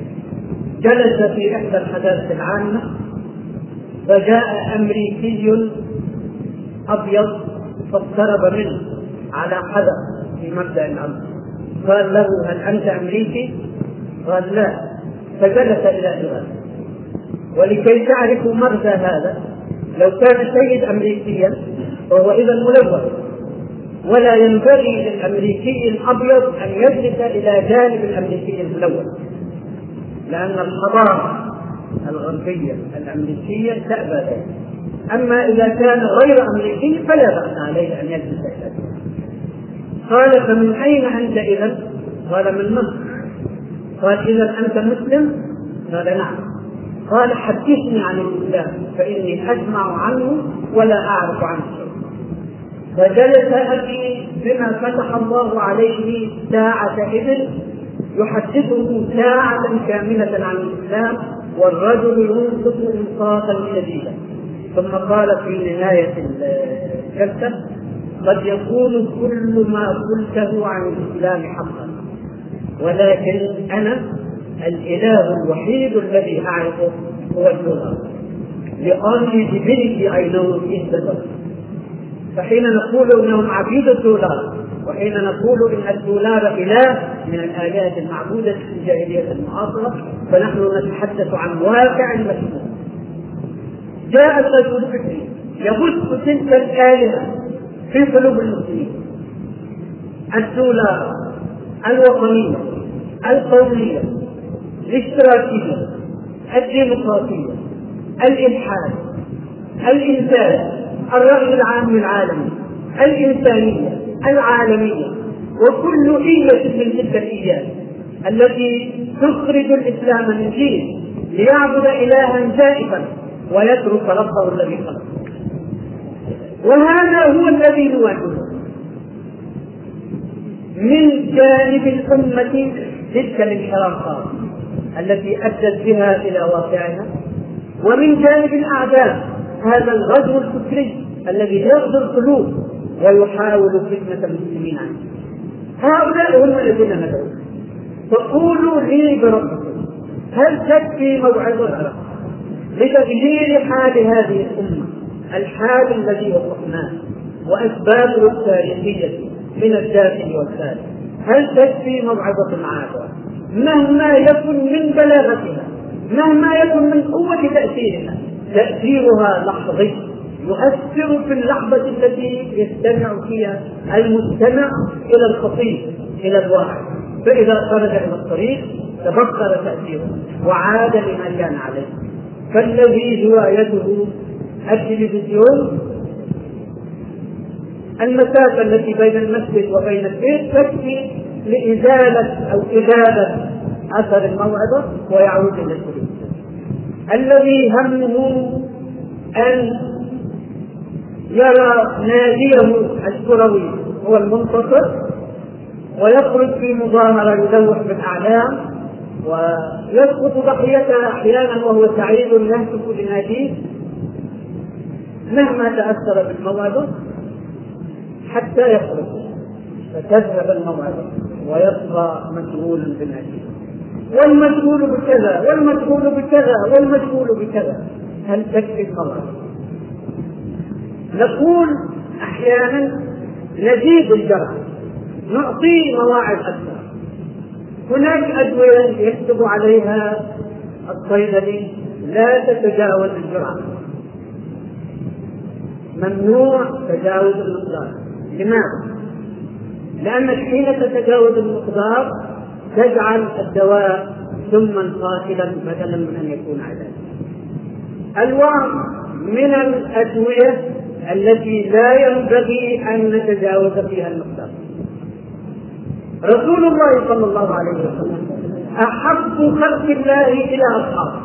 جلس في إحدى الحدائق العامة فجاء أمريكي أبيض فاقترب منه على حذر في مبدأ الأمر، قال له: هل أنت أمريكي؟ قال: لا. فجلس إلى جواره. ولكي تعرفوا مغزى هذا، لو كان السيد أمريكيا فهو إذا ملوث، ولا ينبغي للأمريكي الأبيض أن يجلس إلى جانب الأمريكي الملوث، لأن الحضارة الغربية الأمريكية تأبى ذلك. أما إذا كان غير أمريكي فلا بأس عليه أن يجلس إلى جانب. قال: فمن أين أنت إذن؟ قال: من مصر. قال: إذا أنت مسلم؟ قال: نعم. قال: حدثني عن الإسلام فإني أسمع عنه ولا أعرف عنه شيء. فجلس أبي بما فتح الله عليه ساعة إذن يحدثه ساعة كاملة عن الإسلام، والرجل ينصت إنصافا شديدا. ثم قال في نهاية الجلسة: قد يكون كل ما قلته عن الإسلام حقا، ولكن أنا الإله الوحيد الذي أعرفه هو الدولار، لأني divinity I know is the dollar. فحين نقول إنهم عبيد الدولار، وحين نقول إن الدولار إله من الآلهة المعبودة في الجاهلية المعاصرة، فنحن نتحدث عن واقع مشهور. جاء الرجل الفكري يبث تلك الآلهة في قلوب المسلمين: الدولار، الوطنية، القومية، الاشتراكية، الديمقراطية، الإلحاد، الإنسان، الرأي العام العالمي، الإنسانية العالمية، وكل إية من تلك الإيات التي تخرج الإسلام من دين ليعبد إلها زائفا ويترك ربه الذي خلقه. وهذا هو الذي نواجهه من جانب الأمة، تلك الانحرافات التي أدت بها إلى واقعها، ومن جانب الأعداء هذا الغزو الفكري الذي يغزو القلوب ويحاول فتنة المسلمين عنه. هؤلاء هم الذين ندعو. فقولوا لي بربكم: هل تكفي موعظة لتغيير حال هذه الأمة، الحال الذي وصفناه وأسبابه التاريخية من الداخل والخارج؟ هل تكفي موعظة عابرة مهما يكن من بلاغتها، مهما يكن من قوة تأثيرها؟ تأثيرها لحظي، يؤثر في اللحظة التي يستمع فيها المستمع إلى الخطيب، إلى الواعظ، فإذا خرج إلى الطريق تبخر تأثيره وعاد لما كان عليه. فالذي هوايته التلفزيون، المسافة التي بين المسجد وبين البيت تكفي لإزالة أو إزالة أثر الموعظة ويعود إلى البيت. الذي همه أن يرى ناديه الكروي هو المنتصر ويخرج في مظاهرة يدوح بالأعلام ويسقط ضحيته أحيانا وهو سعيد يهتف لناديه مهما تأثر بالموعظة حتى يخرج، فتذهب الموعظة ويبقى مشغولا بناديه، والمشغول بكذا والمشغول بكذا والمشغول بكذا. هل تكفي الموعظة؟ نقول أحيانا نزيد الجرعة، نعطيه مواعظ أكثر. هناك أدوية يكتب عليها الصيدلي: لا تتجاوز الجرعة، ممنوع تجاوز المقدار. لماذا؟ لأنك حين تتجاوز المقدار تجعل الدواء سما قاتلا بدلا من أن يكون علاجا. الوعظ من الأدوية التي لا ينبغي أن نتجاوز فيها المقدار. رسول الله صلى الله عليه وسلم أحب خلق الله إلى أصحابه،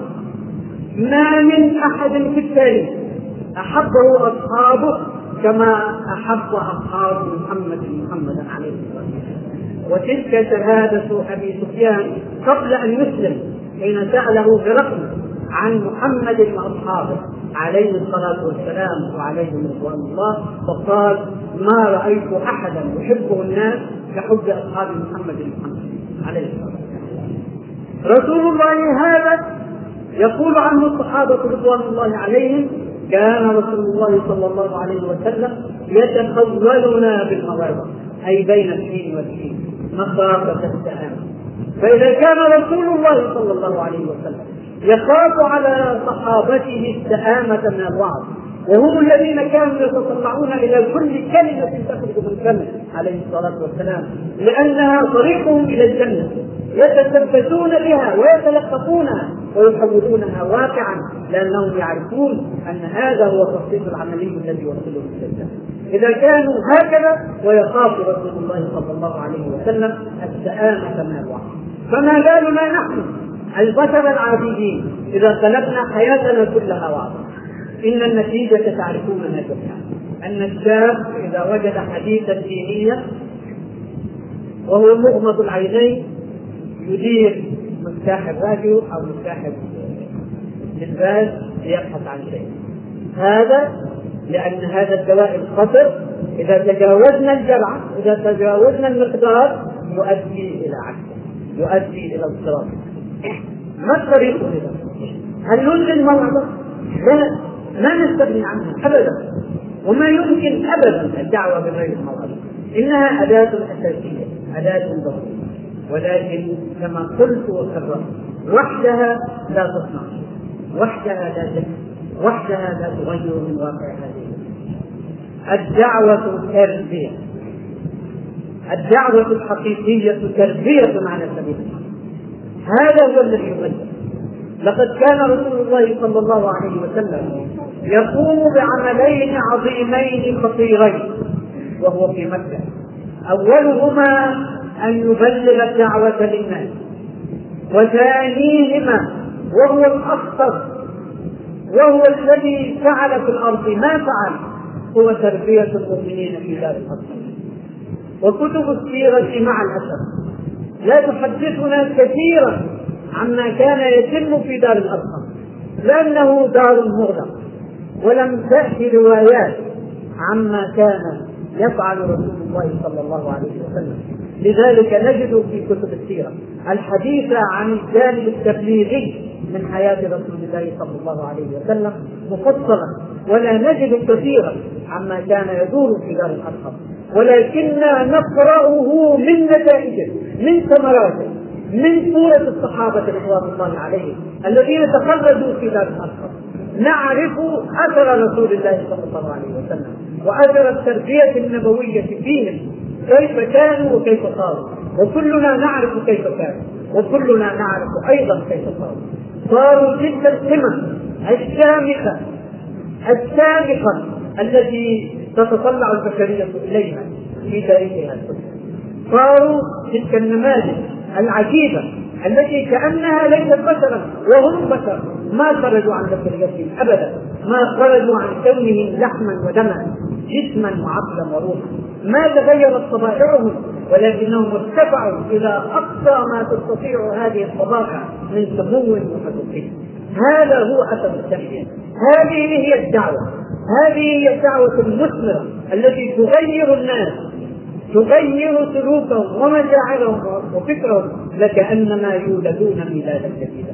ما من أحد في التاريخ أحبه أصحابه كما أحب أصحاب محمدا عليه الصلاة والسلام. وتلك شهادة أبي سفيان قبل أن يسلم حين سأله هرقل عن محمد وأصحابه عليه الصلاة والسلام وعليهم رضوان الله، فقال: ما رأيت أحدا يحبه الناس كحب أصحاب محمد عليه الصلاة والسلام. رسول الله هذا يقول عنه الصحابة رضوان الله عليهم: كان رسول الله صلى الله عليه وسلم يتخولنا بالمواعظ، أي بين الحين والحين مخافة السآمة. فإذا كان رسول الله صلى الله عليه وسلم يخاف على صحابته السآمة من الوعظ، وهم الذين كانوا يتطلعون إلى كل كلمة تخرج من فمه عليه الصلاة والسلام لأنها طريقهم إلى الجنة، يتثبتون بها ويتلقفونها ويحولونها واقعا، لأنهم يعرفون أن هذا هو التصديق العملي الذي يوصلهم إلى الجنة. إذا كانوا هكذا ويخاف رسول الله صلى الله عليه وسلم السآمة من الوعظ، فما بالنا نحن البشر العاديين إذا قلبنا حياتنا كلها وعظا؟ إن النتيجة تعرفونها جميعا، أن الشاب إذا وجد حديثا دينيا وهو مغمض العينين يدير مفتاح الراديو أو مفتاح التلفاز ليبحث عن شيء. هذا لأن هذا الدواء الخطر إذا تجاوزنا الجرعة، إذا تجاوزنا المقدار يؤدي إلى عكسه، يؤدي إلى اضطراب. ما الطريق إذا؟ هل نلغي الموعظة؟ لا، ما نستغني عنها أبدا، وما يمكن أبدا الدعوة بغير الموعظة. إنها أداة أساسية، أداة ضرورية، ولكن كما قلت وكررت وحدها لا تصنع، وحدها لا تكفي، وحدها لا تغير من واقع هذه. الدعوة تربية، الدعوة الحقيقية تربية على سبيل الحق، هذا هو الذي يغير. لقد كان رسول الله صلى الله عليه وسلم يقوم بعملين عظيمين خطيرين وهو في مكة. أولهما أن يبلغ الدعوة للناس، وثانيهما وهو الأخطر وهو الذي فعل في الأرض ما فعل هو تربية المؤمنين في دار الأرقم. وكتب السيرة مع الأسف لا تحدثنا كثيرا عما كان يتم في دار الأرقم، لأنه دار مغلق، ولم تأتي روايات عما كان يفعل رسول الله صلى الله عليه وسلم. لذلك نجد في كتب السيرة الحديث عن الجانب التبليغي من حياة رسول الله صلى الله عليه وسلم مفصلا، ولا نجد كثيرا عما كان يدور في دار الأرقم، ولكننا نقرأه من نتائجه، من ثمراته، من صورة الصحابة رضوان الله عليهم الذين تخرجوا في دار الأرقم. نعرف أثر رسول الله صلى الله عليه وسلم وأثر التربية النبوية فيهم، كيف كانوا وكيف صاروا، وكلنا نعرف كيف كانوا، وكلنا نعرف أيضا كيف صاروا تلك السمة الشامخة التي تتطلع البشرية إليها في تاريخها كله. صاروا تلك النماذج العجيبة التي كأنها ليست بشرا وهم بشر، ما خرجوا عن بشريتهم أبدا، ما خرجوا عن كونهم لحما ودما، جسما وعقلا وروحا، ما تغيرت طبائعهم، ولكنهم ارتفعوا إلى أقصى ما تستطيع هذه الطبائع من سمو وحدوثية. هذا هو أثر التربية، هذه هي الدعوة، هذه هي الدعوة المثمرة التي تغير الناس، تغير سلوكهم ومشاعرهم وفكرهم لكأنما يولدون ميلادا جديدا.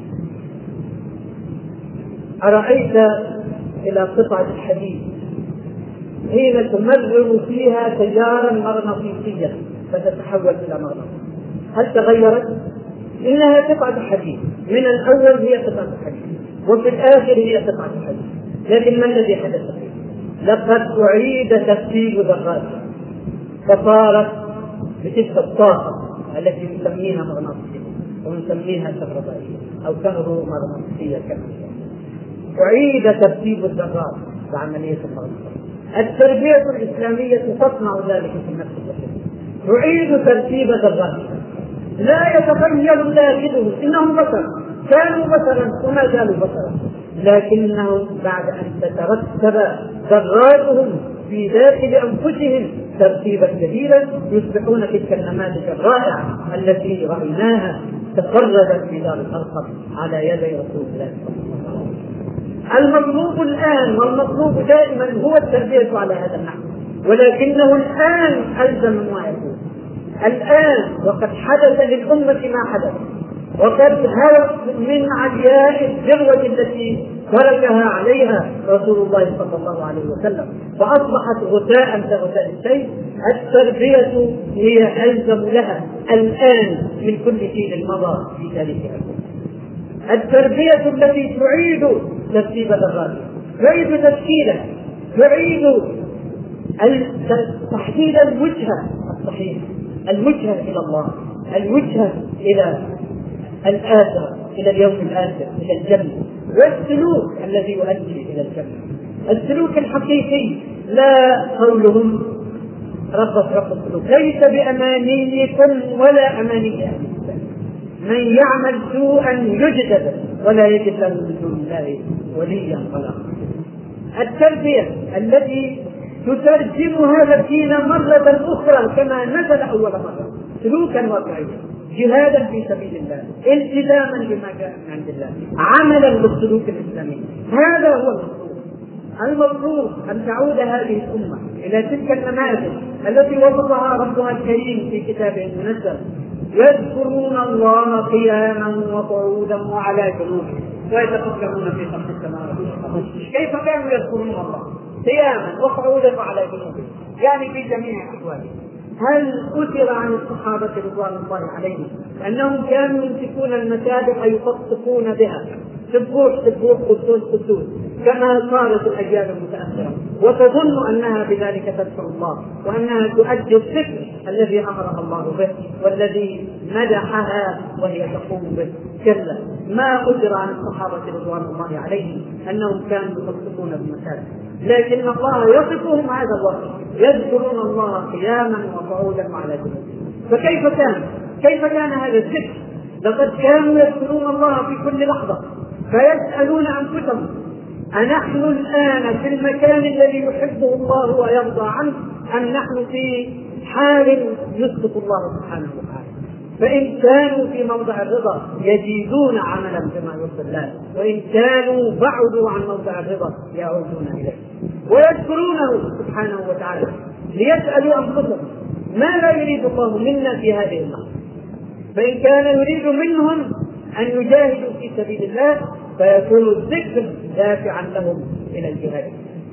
أرأيت إلى قطعة الحديد حين تمرر فيها تيارا مغناطيسية فتتحول إلى مغناطيس، هل تغيرت؟ إنها قطعة حديد، من الأول هي قطعة حديد وفي الآخر هي قطعة حديد، لكن ما الذي حدث فيه؟ لقد أعيد ترتيب ذراتها فصارت بتلك الطاقة التي نسميها مغناطيسية ونسميها كهربائية أو كهرومغناطيسية كما أعيد ترتيب الذرات بعملية التغير. التربية الإسلامية تصنع ذلك في النفس البشرية، تعيد ترتيب ذراتها، لا يتغير داخله، إنهم بشر، كانوا بشرا وما زالوا بشرا، لكنهم بعد أن تترتب ذراتهم في داخل أنفسهم ترتيبا جديدا يصبحون تلك النماذج الرائعة التي رأيناها تفردت في دار الأرقم على يدي رسول الله صلى الله عليه وسلم. المطلوب الآن والمطلوب دائما هو التربية على هذا النحو، ولكنه الآن ألزم ما يكون. الآن وقد حدث للأمة ما حدث، وقد هوت من علياء الذروة التي تركها عليها رسول الله صلى الله عليه وسلم، فأصبحت غثاء كغثاء السيل. التربية هي ألزم لها الآن من كل شيء مضى في تاريخها. التربية التي تعيد ترتيب ذراتها، تعيد تشكيله، تعيد تحديد الوجهة الصحيح، الوجهة إلى الله، الوجهة إلى الآخرة، إلى اليوم الآخر، إلى الجنة، والسلوك الذي يؤدي إلى الجنة، السلوك الحقيقي، لا قولهم رب السلوك، ليس بأمانيكم ولا أماني أهل الكتاب، من يعمل سوءا يجد ولا يجد له من دون الله وليا ولا نصيرا. التربية التي تترجم هذا الدين مرة أخرى كما نزل أول مرة، سلوكا واقعيا، جهادا في سبيل الله، التزاما بما جاء من عند الله، عملا بالسلوك الإسلامي. هذا هو المطلوب، أن تعود هذه الأمة إلى تلك النماذج التي وصفها ربها الكريم في كتابه المنزل: يذكرون الله قياما وقعودا وعلى جنوبهم ويتفكرون في خلق السماوات والأرض. كيف كانوا يذكرون الله؟ قياما وقعودا وعلى جنوبهم، يعني في جميع أحوالهم. هل أثر عن الصحابة رضوان الله عليهم أنهم كانوا يمسكون المسابح يفطقون بها سبوح سبوح قدوس قدوس كما صارت الأجيال المتأخرة، وتظن أنها بذلك تذكر الله وأنها تؤدي الذكر الذي أمرها الله به والذي مدحها وهي تقوم به؟ كلا، ما أثر عن الصحابة رضوان الله عليهم أنهم كانوا يفطقون بالمسابح، لكن الله يصفهم هذا الوصف: يذكرون الله قياما وقعودا وعلى جنوبهم. كيف كان هذا الذكر؟ لقد كانوا يذكرون الله في كل لحظة، فيسألون أنفسهم: أنحن الآن في المكان الذي يحبه الله ويرضى عنه، أم نحن في حال يسقط الله سبحانه وتعالى؟ فإن كانوا في موضع الرضا يجيدون عملا بما يرضي الله، وإن كانوا بعدوا عن موضع الرضا يعودون إليه ويذكرونه سبحانه وتعالى، ليسألوا أنفسهم: ماذا يريد الله منا في هذه اللحظة؟ فإن كان يريد منهم أن يجاهدوا في سبيل الله فيكون الذكر دافعا لهم إلى الجهاد.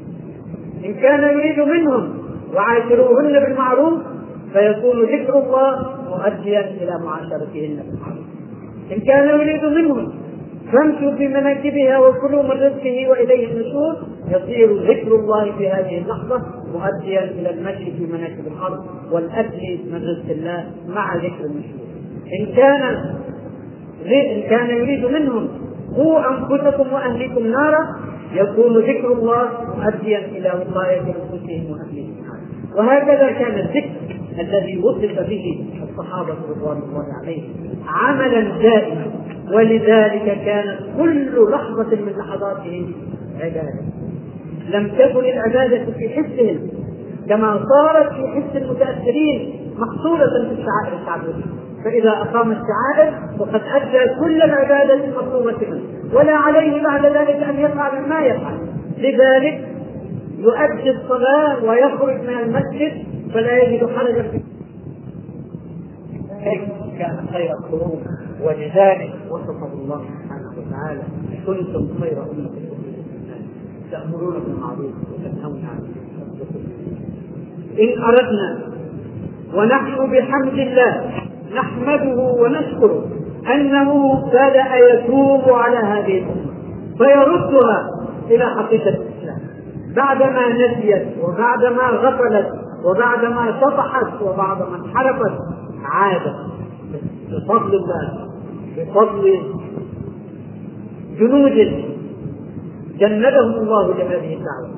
إن كان يريد منهم وعاشروهن بالمعروف فيكون ذكر الله مؤديا إلى معاشرتهن بالمعروف. إن كان يريد منهم فامشوا في مناكبها وكلوا من رزقه وإليه النشور، يصير ذكر الله في هذه اللحظة مؤديا إلى المشي في مناكب الأرض والأكل من رزق الله مع ذكر النشور. إن كان يريد منهم قوا أنفسكم وأهلكم نارا، يكون ذكر الله مؤديا إلى وقاية أنفسهم وأهلهم. وهكذا كان الذكر الذي وصف به الصحابة رضوان الله عليهم عملا دائما، ولذلك كانت كل لحظة من لحظاتهم عبادة. لم تكن العبادة في حسهم كما صارت في حس المتأثرين محصورة في الشعائر التعبدية، فإذا أقام الشعائر وقد أدى كل العبادة المطلوبة منه، ولا عليه بعد ذلك أن يفعل ما يفعل. لذلك يؤدي الصلاة ويخرج من المسجد فلا يجد حرجا فيه، كان خير القرون. ولذلك وصفه الله سبحانه وتعالى: كنتم خير أمة تأمرون بالمعروف وتنهون عن المنكر. إن أردنا ونحن بحمد الله نحمده ونشكره أنه بدأ يتوب على هذه الأمة فيردها إلى حقيقة الإسلام بعدما نسيت وبعدما غفلت وبعدما سطحت وبعدما انحرفت، عادت بفضل الله، بفضل جنود جندهم الله لهذه الدعوة،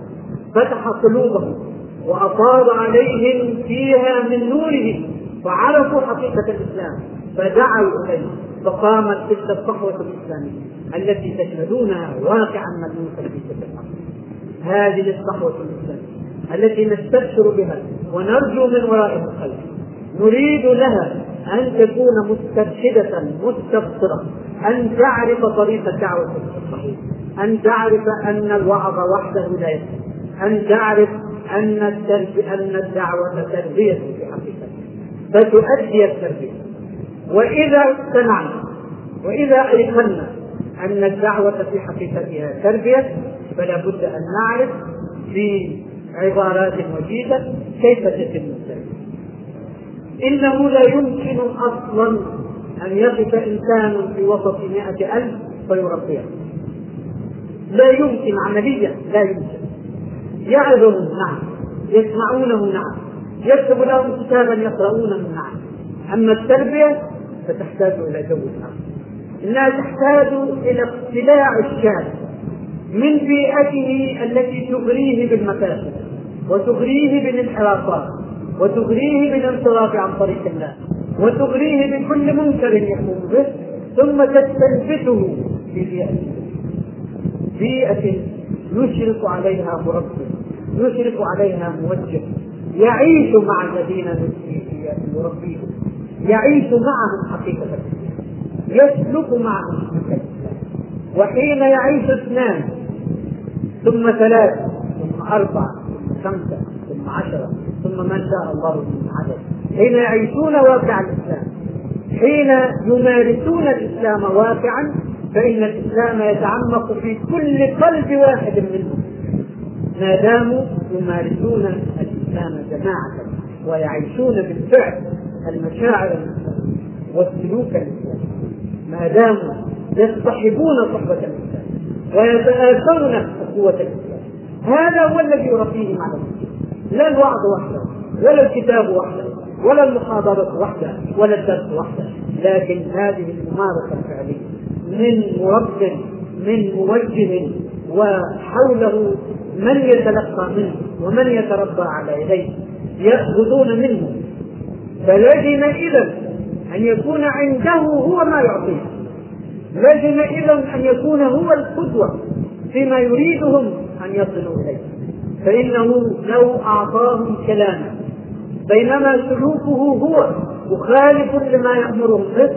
فتح قلوبهم وأفاض عليهم فيها من نوره فعرفوا حقيقة الإسلام فدعوا إليه، فقامت تلك الصحوة الإسلامية التي تشهدونها واقعا ملموسا في تلك الأرض. هذه الصحوة الإسلامية التي نستبشر بها ونرجو من ورائها الخير، نريد لها أن تكون مسترشدة مستبصرة، أن تعرف طريق الدعوة الصحيح، أن تعرف أن الوعظ وحده لا يكفي، أن تعرف أن الدعوة تربية في حقيقتها فتؤدي التربية. وإذا اقتنعنا وإذا أيقنا أن الدعوة في حقيقتها تربية فلا بد أن نعرف في عبارات وجيزة كيف تتم التربية. إنه لا يمكن أصلا أن يقف إنسان في وسط 100,000 فيربيه، لا يمكن عمليا، لا يمكن. يعظهم نعم، يسمعونه نعم، يكتب لهم كتابا يقرؤونه نعم، أما التربية فتحتاج إلى جو آخر، إنها تحتاج إلى اقتلاع الشاب من بيئته التي تغريه بالمفاسد وتغريه بالانحرافات وتغريه بالانصراف عن طريق الله وتغريه بكل منكر يقوم به، ثم تستنبته في بيئة يشرف عليها مربي، يشرف عليها موجه، يعيش مع الذين يربيهم، يعيش معهم حقيقة يسلك معهم حقيقة. وحين يعيش 2 ثم 3 ثم 4 ثم 5 ثم 10 ثم ما شاء الله من عدد، حين يعيشون واقع الإسلام، حين يمارسون الإسلام واقعا، فإن الإسلام يتعمق في كل قلب واحد منهم ما داموا يمارسون الإسلام جماعة ويعيشون بالفعل المشاعر والسلوك الإسلامي، ما داموا يصطحبون صحبة الإسلام ويتآثرون قوة الإسلام. هذا هو الذي يربيهم على الإسلام، لا الوعظ وحده ولا الكتاب وحده ولا المحاضرة وحده ولا الدرس وحده، لكن هذه الممارسة الفعلية من مرب من موجه وحوله من يتلقى منه ومن يتربى على يديه يأخذون منه، فلازم إذن أن يكون عنده هو ما يعطيه، لازم إذن أن يكون هو القدوة فيما يريدهم أن يصلوا إليه، فإنه لو أعطاهم كلاما بينما سلوكه هو مخالف لما يأمرهم به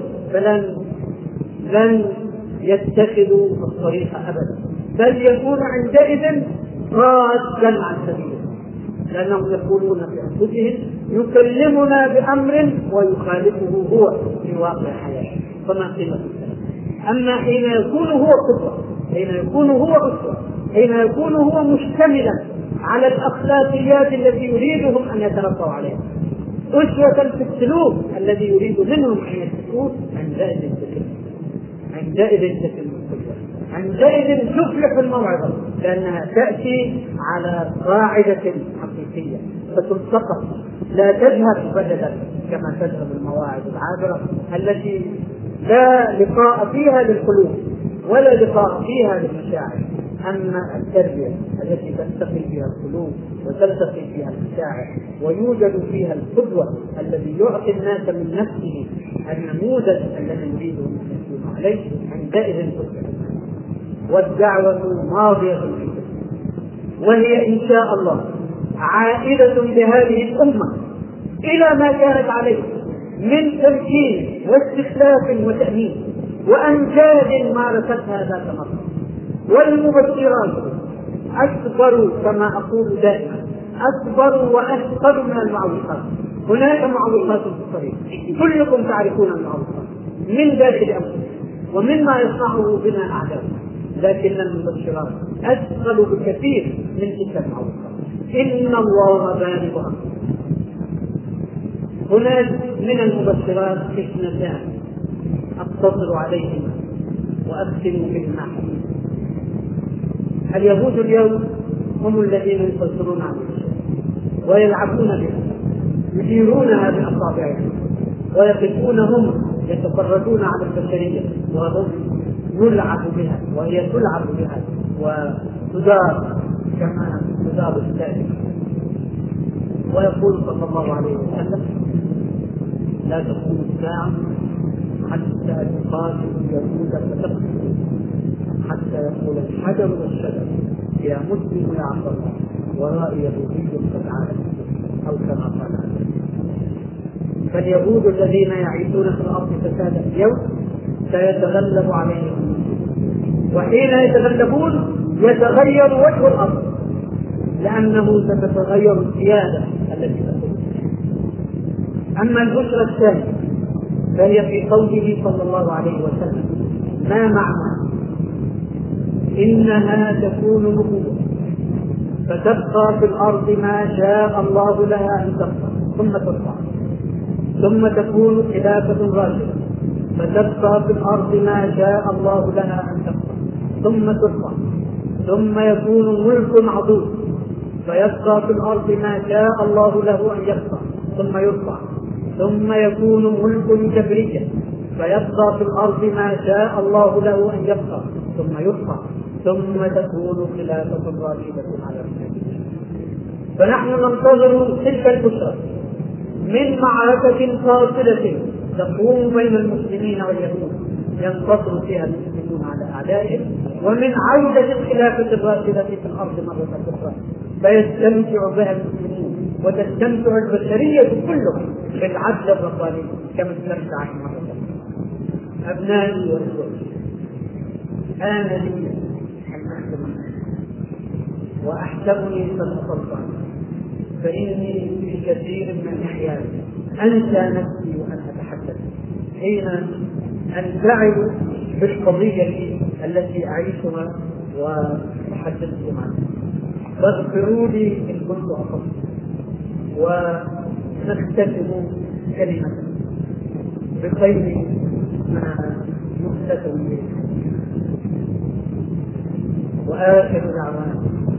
لن يتخذوا الطريق أبدا، بل يكون عندئذ رادا عن سبيله، لأنهم يقولون في أنفسهم يكلمنا بأمر ويخالفه هو في واقع حياته، فما قيمة الكلام؟ أما حين يكون هو قدوة، حين يكون هو أسوة، حين يكون هو مشتملا على الأخلاقيات التي يريدهم أن يتربوا عليها، أسوة في السلوك الذي يريد منهم أن يسلكوه، عندئذ تتم القدوة، عندئذ تفلح الموعظة، لأنها تأتي على قاعدة حقيقية فتلتقط، لا تذهب بدلا كما تذهب المواعظ العابرة التي لا لقاء فيها للقلوب ولا لقاء فيها للمشاعر. أما التربية التي تلتقي فيها القلوب وتلتقي فيها المشاعر ويوجد فيها القدوة الذي يعطي الناس من نفسه النموذج الذي يريدهم أن يكونوا عليه، عندئذ تفلح. والدعوة ماضية فيه، وهي إن شاء الله عائدة لهذه الأمة إلى ما كانت عليه من تمكين واستخلاف وتأمين وأمجاد مارستها ذات مرة. والمبشرات أكبر كما أقول دائما، أكبر وأثقل من المعوقات. هناك معوقات في الطريق، كلكم تعرفون المعوقات من داخل أنفسكم ومما يصنعه بنا أعداء، لكن المبشرات أثقل بكثير من تلك المعوقات. إن الله بالغ أمره. هناك من المبشرات 2 أقتصر عليهما وأختم بهما حديثا. اليهود اليوم هم الذين يسيطرون على البشر ويلعبون بها، يديرونها بأصابعهم ويقفون هم يتفرجون على البشرية وهم يلعب بها وهي تلعب بها وتدار كما تدار السائل. ويقول صلى الله عليه وسلم: لا تقوم الساعة حتى تقاتل اليهود فتقتل، حتى يقول الحجر والشجر يا مسلم يا عبد الله، ورائي يهودي قد عاد، أو كما قال. فاليهود الذين يعيشون في الأرض فسادا اليوم سيتغلب عليهم، وحين يتغلبون يتغير وجه الأرض، لأنه ستتغير السيادة التي تكون. أما البشرى الثانية فهي في قوله صلى الله عليه وسلم: ما معنى إنها تكون نبوة فتبقى في الأرض ما شاء الله لها أن تبقى ثم ترفع، ثم تكون خلافة راشدة فتبقى في الأرض ما شاء الله لها أن تبقى ثم ترفع، ثم يكون ملك عظيم فيبقى في الأرض ما شاء الله له أن يبقى ثم يرفع، ثم يكون ملك جبرية فيبقى في الأرض ما شاء الله له أن يبقى ثم يرفع، ثم تكون خلافة راشدة على المسلمين. فنحن ننتظر تلك البشرى من معركة فاصلة تقوم بين المسلمين واليهود ينتصر فيها المسلمون على أعدائهم، ومن عودة الخلافة الراشدة في الأرض مرة أخرى فيستمتع بها المسلمون وتستمتع البشرية كلها بالعدل الرباني كما استمتع مرة أخرى. أبنائي وإخوتي، آن لي أن أختم وأحسبني سأتصدق، فإني في كثير من الأحيان أنسى نفسي وأن أتحدث حين أنفعل بالقضية التي أعيشها وأتحدث عنها. فاغفروا لي إن كنت أخطأت، ونختتم كلمة بخير ما نختتم به، وآخر دعوانا